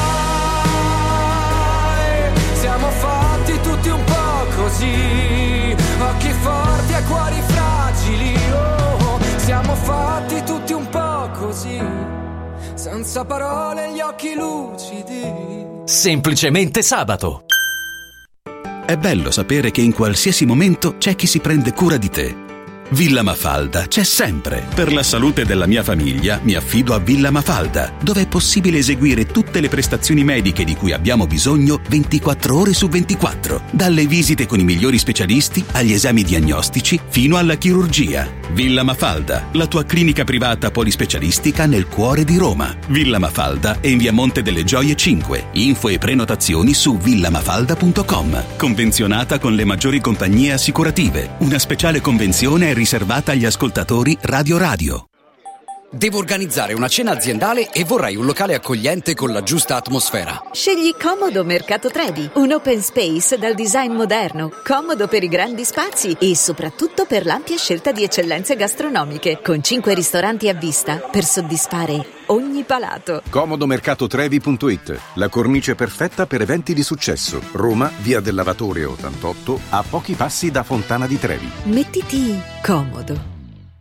stai. Siamo fatti tutti un po' così, occhi forti e cuori fragili. Oh, siamo fatti tutti un po' così, senza parole, gli occhi lucidi. Semplicemente sabato. È bello sapere che in qualsiasi momento c'è chi si prende cura di te. Villa Mafalda c'è sempre. Per la salute della mia famiglia mi affido a Villa Mafalda, dove è possibile eseguire tutte le prestazioni mediche di cui abbiamo bisogno 24 ore su 24. Dalle visite con i migliori specialisti agli esami diagnostici fino alla chirurgia. Villa Mafalda, la tua clinica privata polispecialistica nel cuore di Roma. Villa Mafalda è in via Monte delle Gioie 5. Info e prenotazioni su villamafalda.com. Convenzionata con le maggiori compagnie assicurative. Una speciale convenzione è riservata agli ascoltatori Radio. Devo organizzare una cena aziendale e vorrei un locale accogliente con la giusta atmosfera. Scegli Comodo Mercato Trevi, un open space dal design moderno, comodo per i grandi spazi e soprattutto per l'ampia scelta di eccellenze gastronomiche, con 5 ristoranti a vista per soddisfare ogni palato. Comodomercatotrevi.it, la cornice perfetta per eventi di successo. Roma, via del Lavatore 88, a pochi passi da Fontana di Trevi. Mettiti comodo.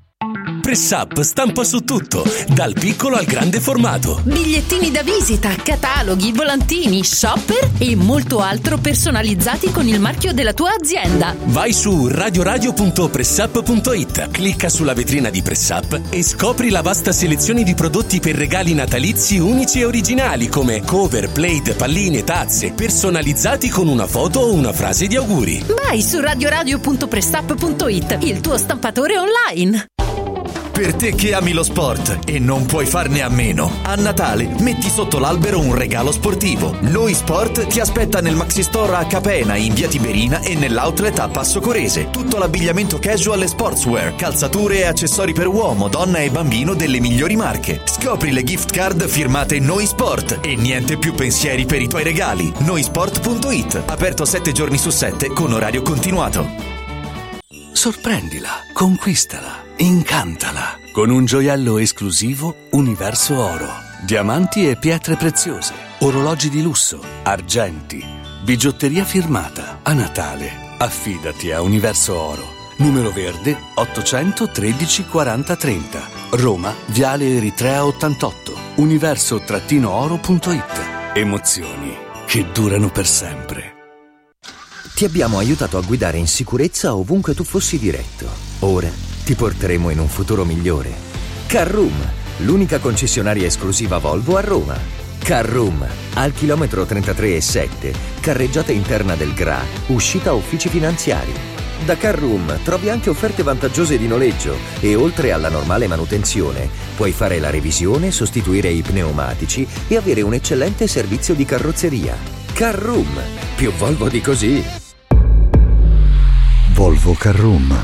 Press Up stampa su tutto, dal piccolo al grande formato. Bigliettini da visita, cataloghi, volantini, shopper e molto altro personalizzati con il marchio della tua azienda. Vai su radioradio.pressup.it, clicca sulla vetrina di Press Up e scopri la vasta selezione di prodotti per regali natalizi unici e originali come cover, plate, palline, tazze, personalizzati con una foto o una frase di auguri. Vai su radioradio.pressup.it, il tuo stampatore online. Per te che ami lo sport e non puoi farne a meno, a Natale metti sotto l'albero un regalo sportivo. Noi Sport ti aspetta nel Maxi Store a Capena, in via Tiberina e nell'outlet a Passo Corese. Tutto l'abbigliamento casual e sportswear, calzature e accessori per uomo, donna e bambino delle migliori marche. Scopri le gift card firmate Noi Sport e niente più pensieri per i tuoi regali. Noisport.it, aperto 7 giorni su 7 con orario continuato. Sorprendila, conquistala, incantala con un gioiello esclusivo Universo Oro. Diamanti e pietre preziose, orologi di lusso, argenti, bigiotteria firmata. A Natale affidati a Universo Oro. Numero verde 813 40 30. Roma, Viale Eritrea 88. Universo-oro.it. Emozioni che durano per sempre. Ti abbiamo aiutato a guidare in sicurezza ovunque tu fossi diretto. Ora ti porteremo in un futuro migliore. Carroom, l'unica concessionaria esclusiva Volvo a Roma. Carroom, al chilometro 33,7, carreggiata interna del GRA, uscita uffici finanziari. Da Carroom trovi anche offerte vantaggiose di noleggio e oltre alla normale manutenzione puoi fare la revisione, sostituire i pneumatici e avere un eccellente servizio di carrozzeria. Carroom, più Volvo di così. Volvo Carroom.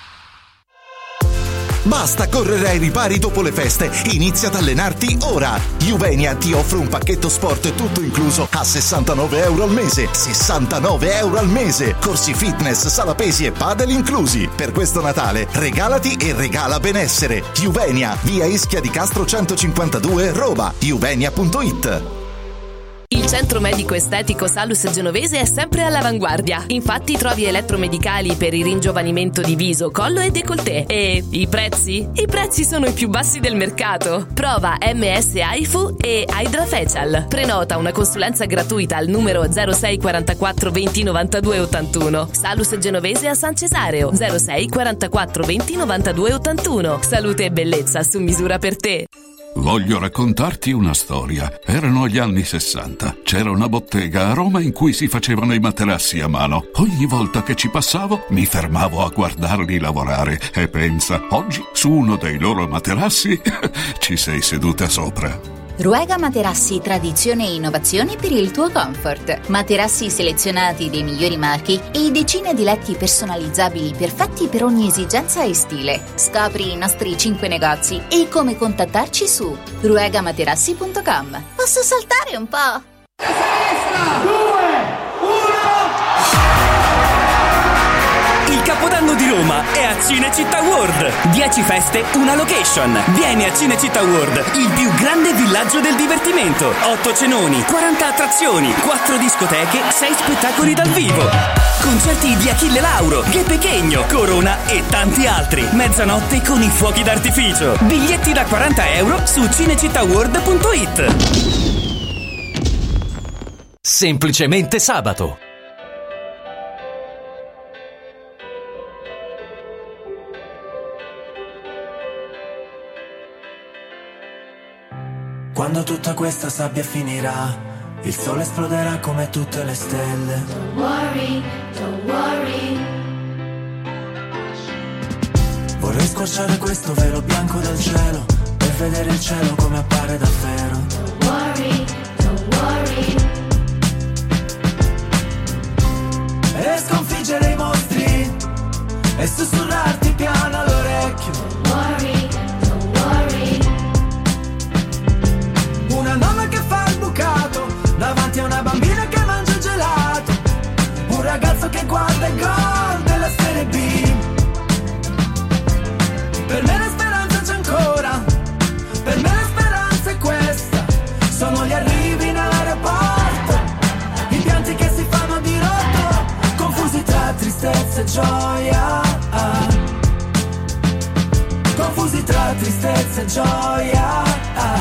Basta correre ai ripari dopo le feste, inizia ad allenarti ora. Juvenia ti offre un pacchetto sport tutto incluso a €69 al mese. €69 al mese. Corsi fitness, sala pesi e padel inclusi. Per questo Natale regalati e regala benessere. Juvenia, via Ischia di Castro 152, Roma. Juvenia.it. Il centro medico estetico Salus Genovese è sempre all'avanguardia. Infatti trovi elettromedicali per il ringiovanimento di viso, collo e décolleté. E i prezzi? I prezzi sono i più bassi del mercato. Prova MS AIFU e Hydra Facial. Prenota una consulenza gratuita al numero 06 44 20 92 81. Salus Genovese a San Cesareo 06 44 20 92 81. Salute e bellezza su misura per te. Voglio raccontarti una storia. Erano gli anni 60. C'era una bottega a Roma in cui si facevano i materassi a mano. Ogni volta che ci passavo mi fermavo a guardarli lavorare e pensa, oggi su uno dei loro materassi ci sei seduta sopra. Ruega Materassi, tradizione e innovazione per il tuo comfort. Materassi selezionati dei migliori marchi e decine di letti personalizzabili perfetti per ogni esigenza e stile. Scopri i nostri 5 negozi e come contattarci su ruegamaterassi.com. Posso saltare un po'? 3, 2, 1. Il Capodanno di Roma è a Cinecittà World. 10 feste, una location. Vieni a Cinecittà World, il più grande villaggio del divertimento. 8 cenoni, 40 attrazioni, 4 discoteche, 6 spettacoli dal vivo. Concerti di Achille Lauro, Che Pechegno, Corona e tanti altri. Mezzanotte con i fuochi d'artificio. Biglietti da €40 su cinecittàworld.it. Semplicemente sabato. Quando tutta questa sabbia finirà, il sole esploderà come tutte le stelle. Don't worry, don't worry. Vorrei squarciare questo velo bianco del cielo per vedere il cielo come appare davvero. Don't worry, don't worry. E sconfiggere i mostri e sussurrarti piano all'orecchio. Don't worry, don't worry. Una nonna che fa il bucato davanti a una bambina che mangia gelato. Un ragazzo che guarda il gol della Serie B. Per me la speranza c'è ancora, per me la speranza è questa. Sono gli arrivi in aeroporto, i pianti che si fanno di rotto, confusi tra tristezza e gioia. Confusi tra tristezza e gioia.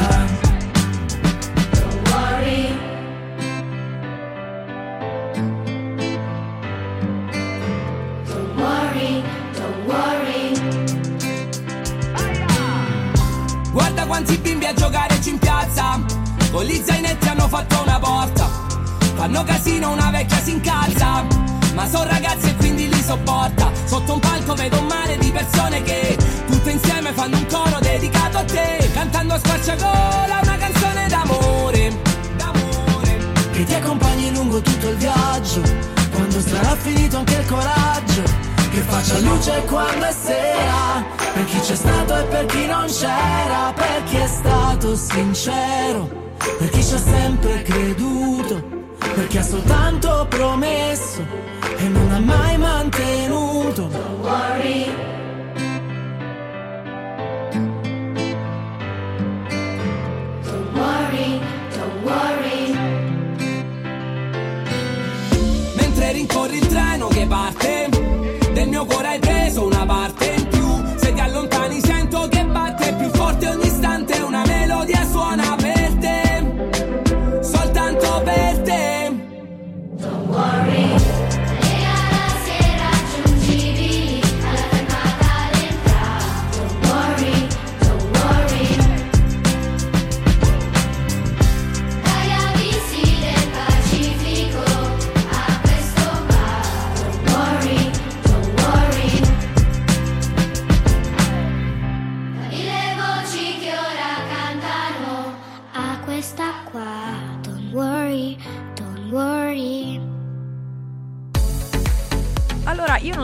Guarda quanti bimbi a giocare in piazza, con gli zainetti hanno fatto una porta. Fanno casino, una vecchia si incalza, ma sono ragazzi e quindi li sopporta. Sotto un palco vedo un mare di persone che tutte insieme fanno un coro dedicato a te, cantando a squarciagola una canzone d'amore, d'amore, che ti accompagni lungo tutto il viaggio, quando sarà finito anche il coraggio. Che faccia luce quando è sera, per chi c'è stato e per chi non c'era, per chi è stato sincero, per chi ci ha sempre creduto, per chi ha soltanto promesso e non ha mai mantenuto. Don't worry. Don't worry, don't worry. Mentre rincorri il treno che parte, del mio cuore hai preso una parte in più. Se ti allontani sento che batte più forte ogni istante. Una melodia suona per te, soltanto per te. Don't worry. E alla sera giungivi alla fermata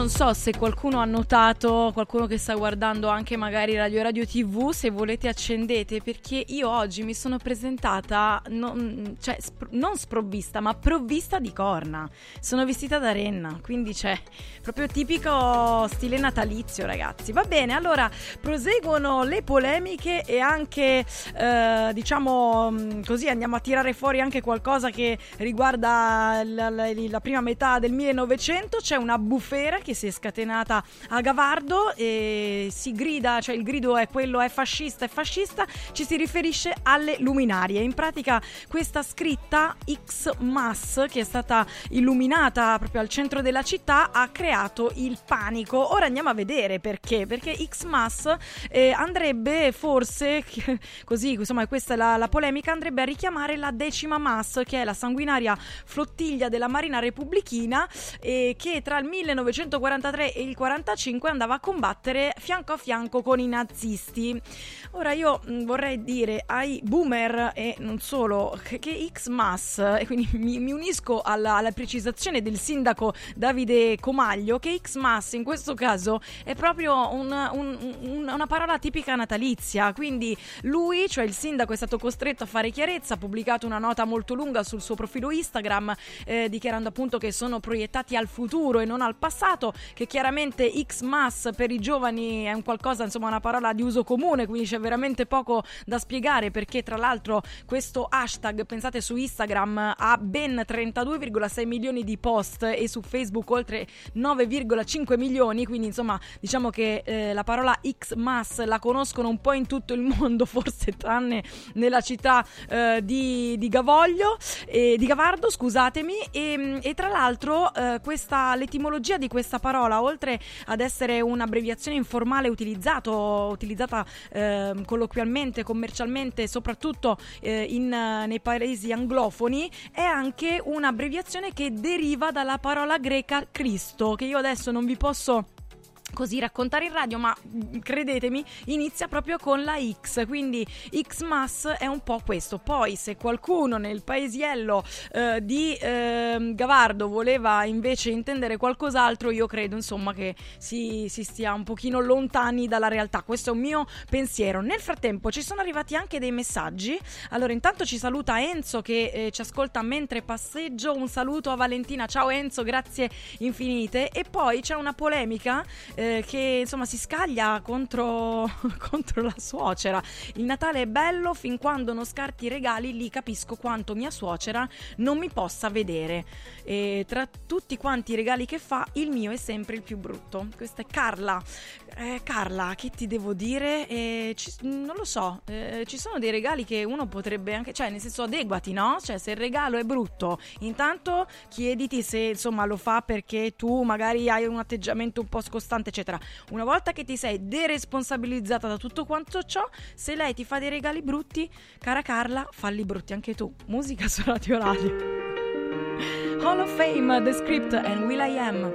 so se qualcuno ha notato, qualcuno che sta guardando anche magari Radio TV, se volete accendete, perché io oggi mi sono presentata non sprovvista, ma provvista di corna. Sono vestita da renna, quindi c'è proprio tipico stile natalizio, ragazzi. Va bene, allora proseguono le polemiche e anche diciamo così andiamo a tirare fuori anche qualcosa che riguarda la prima metà del 1900. C'è una bufera che si è scatenata a Gavardo e si grida, cioè il grido è quello: è fascista, ci si riferisce alle luminarie. In pratica questa scritta Xmas, che è stata illuminata proprio al centro della città, ha creato il panico. Ora andiamo a vedere perché Xmas andrebbe forse, così insomma questa è la polemica, andrebbe a richiamare la 10ª MAS, che è la sanguinaria flottiglia della Marina Repubblichina, che tra il 1943 e il 45 andava a combattere fianco a fianco con i nazisti. Ora io vorrei dire ai boomer e non solo che Xmas, e quindi mi unisco alla precisazione del sindaco Davide Comaglio, che Xmas in questo caso è proprio una parola tipica natalizia. Quindi lui, cioè il sindaco, è stato costretto a fare chiarezza, ha pubblicato una nota molto lunga sul suo profilo Instagram dichiarando appunto che sono proiettati al futuro e non al passato, che chiaramente Xmas per i giovani è un qualcosa, insomma una parola di uso comune, quindi c'è veramente poco da spiegare, perché tra l'altro questo hashtag, pensate, su Instagram ha ben 32,6 milioni di post e su Facebook oltre 9,5 milioni, quindi insomma diciamo che la parola Xmas la conoscono un po' in tutto il mondo, forse tranne nella città di Gavardo, scusatemi, e tra l'altro l'etimologia di questa parola, oltre ad essere un'abbreviazione informale utilizzata colloquialmente, commercialmente, soprattutto nei paesi anglofoni, è anche un'abbreviazione che deriva dalla parola greca Cristo, che io adesso non vi posso così raccontare in radio, ma credetemi inizia proprio con la X, quindi Xmas è un po' questo. Poi se qualcuno nel paesiello di Gavardo voleva invece intendere qualcos'altro, io credo insomma che si stia un pochino lontani dalla realtà. Questo è un mio pensiero. Nel frattempo ci sono arrivati anche dei messaggi. Allora intanto ci saluta Enzo che ci ascolta mentre passeggio, un saluto a Valentina, ciao Enzo, grazie infinite. E poi c'è una polemica che insomma si scaglia contro la suocera. Il Natale è bello fin quando non scarti i regali, lì capisco quanto mia suocera non mi possa vedere. E tra tutti quanti i regali che fa, il mio è sempre il più brutto. Questa è Carla. Carla, che ti devo dire? Non lo so, ci sono dei regali che uno potrebbe anche, cioè nel senso adeguati, no? Cioè se il regalo è brutto, intanto chiediti se insomma lo fa perché tu magari hai un atteggiamento un po' scostante, eccetera. Una volta che ti sei deresponsabilizzata da tutto quanto ciò, se lei ti fa dei regali brutti, cara Carla, falli brutti anche tu. Musica su Radio Radio. Hall of Fame, The Script and Will I Am.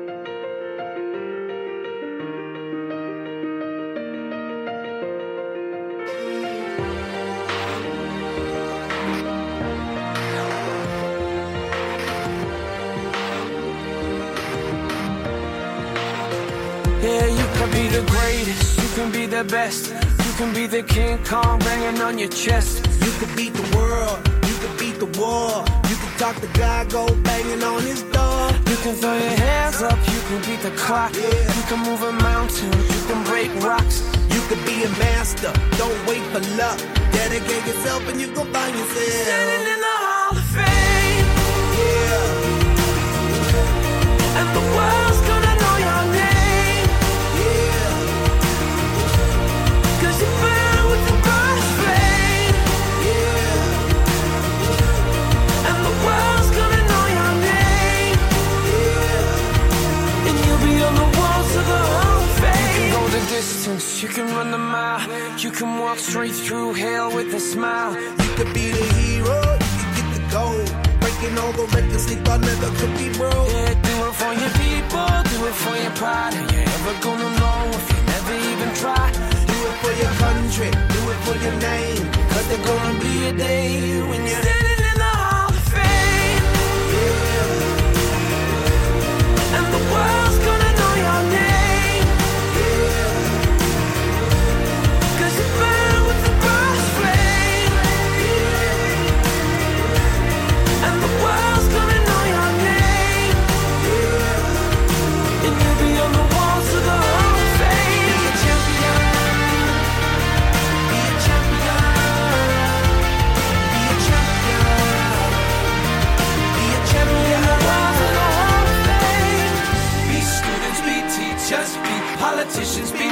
Yeah, you can be the greatest, you can be the best, you can be the King Kong banging on your chest. You could beat the world, you could beat the war. You could talk to God, go banging on his door. You can throw your hands up, you can beat the clock. Yeah. You can move a mountain, you can break rocks. You could be a master, don't wait for luck. Dedicate yourself and you go find yourself standing in the Hall of Fame. Yeah. And the world's gonna know your name. You can run the mile, you can walk straight through hell with a smile. You could be the hero, you can get the gold. Breaking all the records they thought never could be broke. Yeah, do it for your people, do it for your pride. Are you ever gonna know if you never even try? Do it for your country, do it for your name. Cause there's gonna be a day when you're standing in the Hall of Fame. Yeah. And the world's gonna know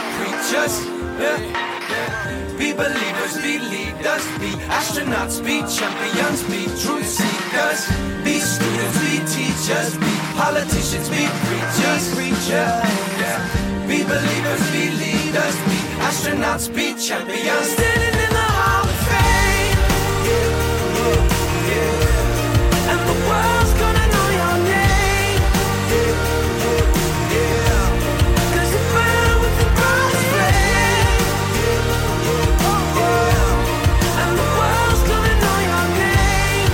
preachers. Be believers, be leaders, be astronauts, be champions, be truth seekers. Be students, be teachers, be politicians, be preachers. Be believers, be leaders, be astronauts, be champions. Standing in the Hall of Fame. And the world's gonna know your name. Cause you burn with the brightest flame. And the world's gonna know your name.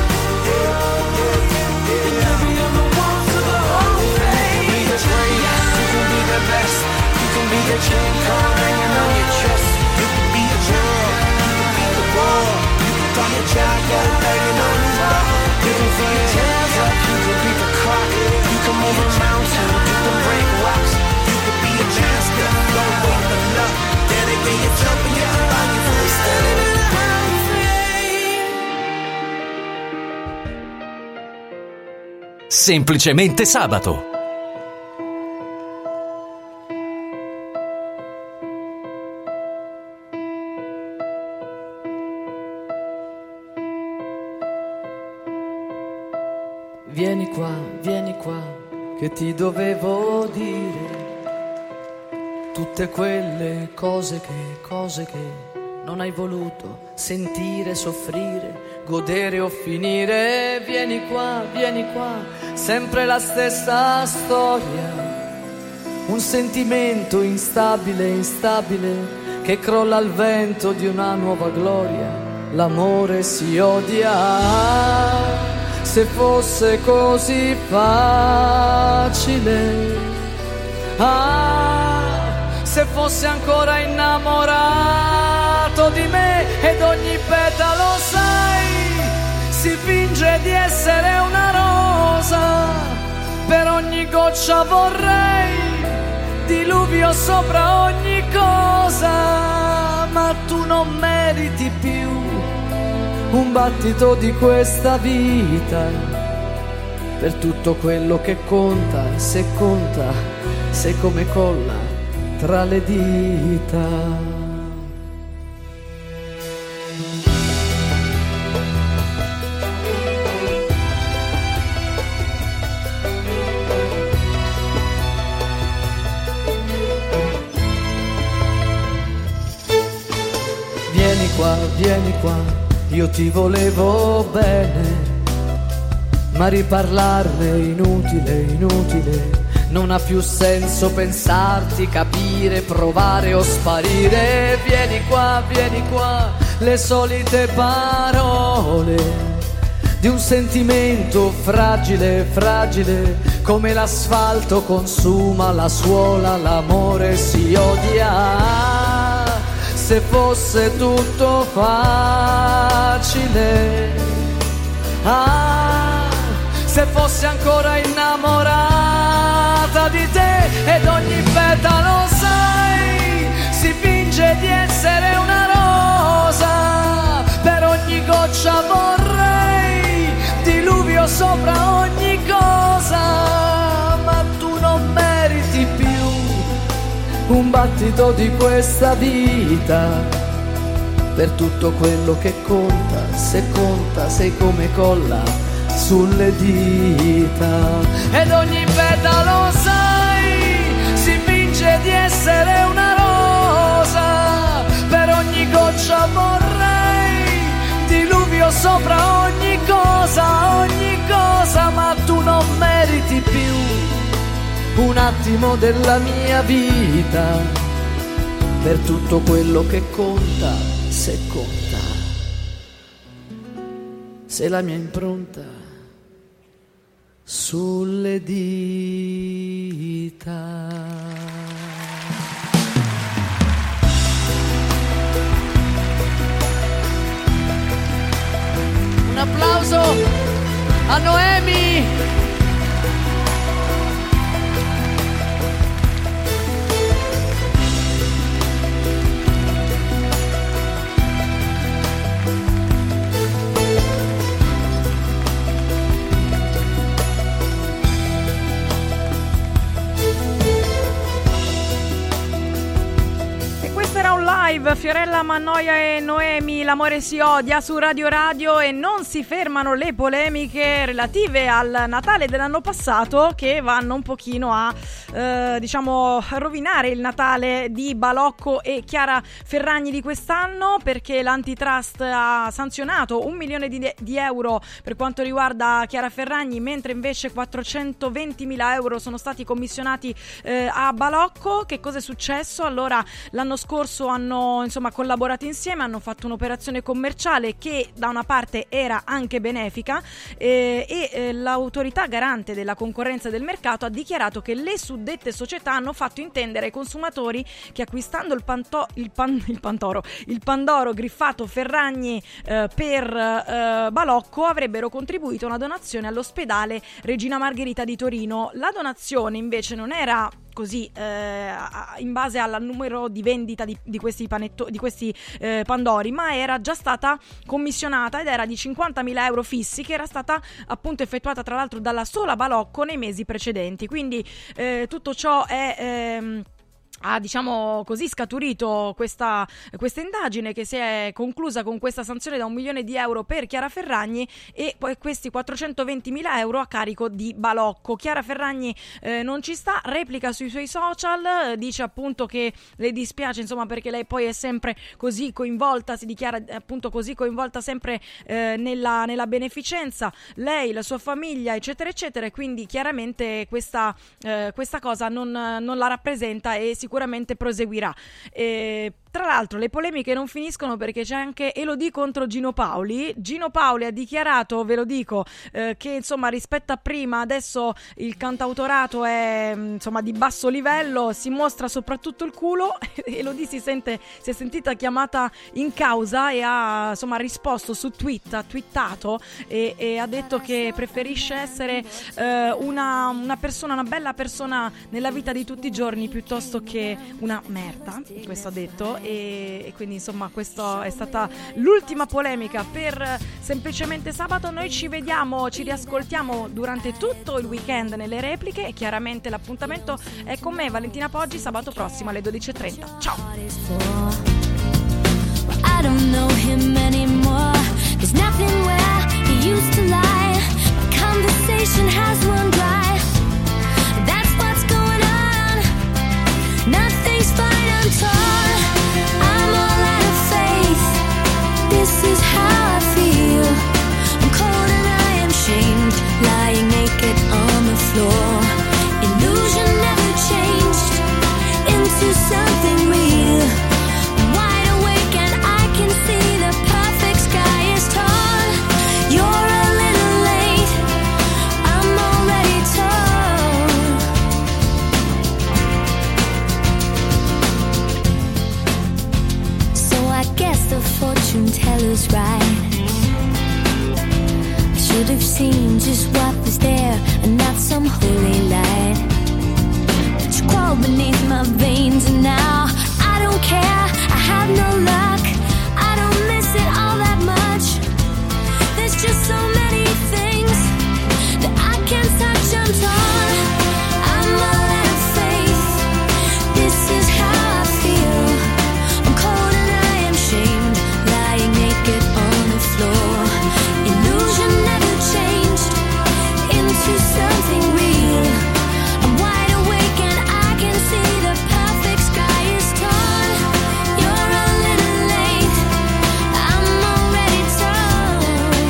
And every other one's to the Hall of Fame. You can be the greatest, you can be the best. You can be the chain card hanging on your chest. You can be the girl, you can be the wall. You can be a jacket hanging on your wall. You can throw your hands up, you can be the clock. You can move a mountain, you can break rocks. You can be a master, don't wait for luck. Dedicate your jump and get your body free. Standing in the Hall of Fame. Semplicemente sabato. Vieni qua, che ti dovevo dire tutte quelle cose che non hai voluto sentire, soffrire, godere o finire. Vieni qua, sempre la stessa storia, un sentimento instabile, che crolla al vento di una nuova gloria. L'amore si odia. Se fosse così facile, se fosse ancora innamorato di me ed ogni petalo, sai, si finge di essere una rosa, per ogni goccia vorrei diluvio sopra ogni cosa, ma tu non meriti più un battito di questa vita, per tutto quello che conta, se come colla tra le dita. Vieni qua, io ti volevo bene, ma riparlarne inutile, non ha più senso pensarti, capire, provare o sparire. Vieni qua, le solite parole di un sentimento fragile, come l'asfalto consuma la suola, l'amore si odia. Se fosse tutto facile, se fossi ancora innamorata di te ed ogni petalo, sai, si finge di essere una rosa, per ogni goccia vorrei diluvio sopra ogni cosa, ma tu non meriti più un battito di questa vita, per tutto quello che conta, se come colla sulle dita. Ed ogni petalo, sai, si finge di essere una rosa, per ogni goccia vorrei diluvio sopra ogni cosa, ma tu non meriti più un attimo della mia vita, per tutto quello che conta, se la mia impronta sulle dita. Un applauso a Noemi. Questo era un live, Fiorella Mannoia e Noemi, l'amore si odia su Radio Radio, e non si fermano le polemiche relative al Natale dell'anno passato, che vanno un pochino a rovinare il Natale di Balocco e Chiara Ferragni di quest'anno, perché l'antitrust ha sanzionato 1 milione di euro per quanto riguarda Chiara Ferragni, mentre invece 420.000 euro sono stati commissionati a Balocco. Che cosa è successo? Allora, l'anno scorso hanno collaborato insieme, hanno fatto un'operazione commerciale che da una parte era anche benefica, e l'autorità garante della concorrenza e del mercato ha dichiarato che le suddette società hanno fatto intendere ai consumatori che acquistando il Pandoro griffato Ferragni per Balocco avrebbero contribuito a una donazione all'ospedale Regina Margherita di Torino. La donazione invece non era così in base al numero di vendita di questi Pandori, ma era già stata commissionata ed era di 50.000 euro fissi, che era stata appunto effettuata tra l'altro dalla sola Balocco nei mesi precedenti. Quindi tutto ciò ha scaturito questa indagine, che si è conclusa con questa sanzione da 1 milione di euro per Chiara Ferragni e poi questi 420.000 euro a carico di Balocco. Chiara Ferragni non ci sta, replica sui suoi social, dice appunto che le dispiace perché lei poi è sempre così coinvolta, si dichiara appunto così coinvolta sempre nella beneficenza, lei, la sua famiglia eccetera eccetera, e quindi chiaramente questa cosa non la rappresenta e sicuramente proseguirà. Tra l'altro le polemiche non finiscono, perché c'è anche Elodie contro Gino Paoli. Gino Paoli ha dichiarato, ve lo dico, che rispetto a prima adesso il cantautorato è di basso livello, si mostra soprattutto il culo. Elodie si è sentita chiamata in causa e ha risposto su ha twittato e ha detto che preferisce essere una bella persona nella vita di tutti i giorni piuttosto che una merda. Questo ha detto. E quindi questa è stata l'ultima polemica per Semplicemente Sabato. Noi ci riascoltiamo durante tutto il weekend nelle repliche, e chiaramente l'appuntamento è con me, Valentina Poggi, sabato prossimo alle 12.30. Ciao. I don't know him anymore. There's nothing where he used to lie. My conversation has run dry. That's what's going on. Nothing's fine, I'm torn. I'm all out of faith. This is how I feel. I'm cold and I am shamed, lying naked on the floor. Illusion never changed into something real. I'm wide awake and I can see the perfect sky is tall. You're a little late, I'm already told. So I guess the fortune teller's right. I should have seen just what was there and not some holy light. But you crawled beneath my veins and now I don't care, I have no luck. I don't miss it all that much. There's just so many things that I can't touch, I'm torn. I'm all out of faith. This is how I feel. I'm cold and I am shamed, lying naked on the floor. Illusion never changed into something real. I'm wide awake and I can see the perfect sky is torn. You're a little late, I'm already torn.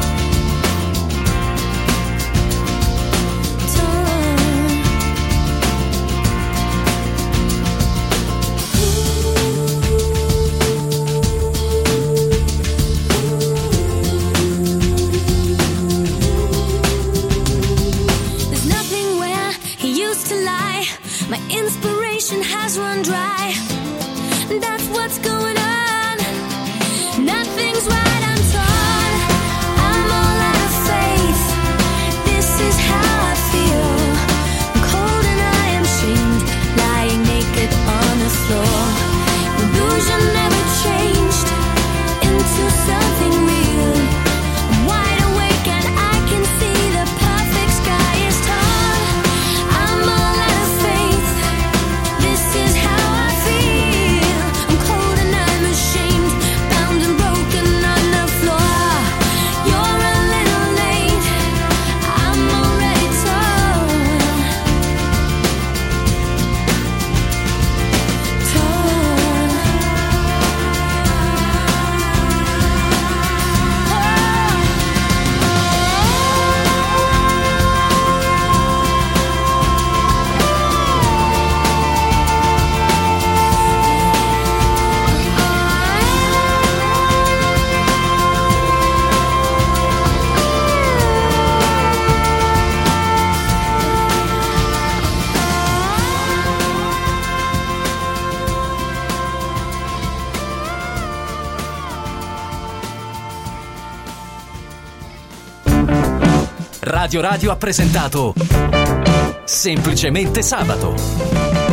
There's nothing where he used to lie. My inspiration has run dry. That's what's going on. Nothing's right, I'm torn. I'm all out of faith. This is how I feel. I'm cold and I am shamed, lying naked on the floor. Illusion never changed into something real. I'm wide awake and I can see the perfect sky is tall. I'm all out of faith. This is how I feel. Radio Radio ha presentato Semplicemente Sabato.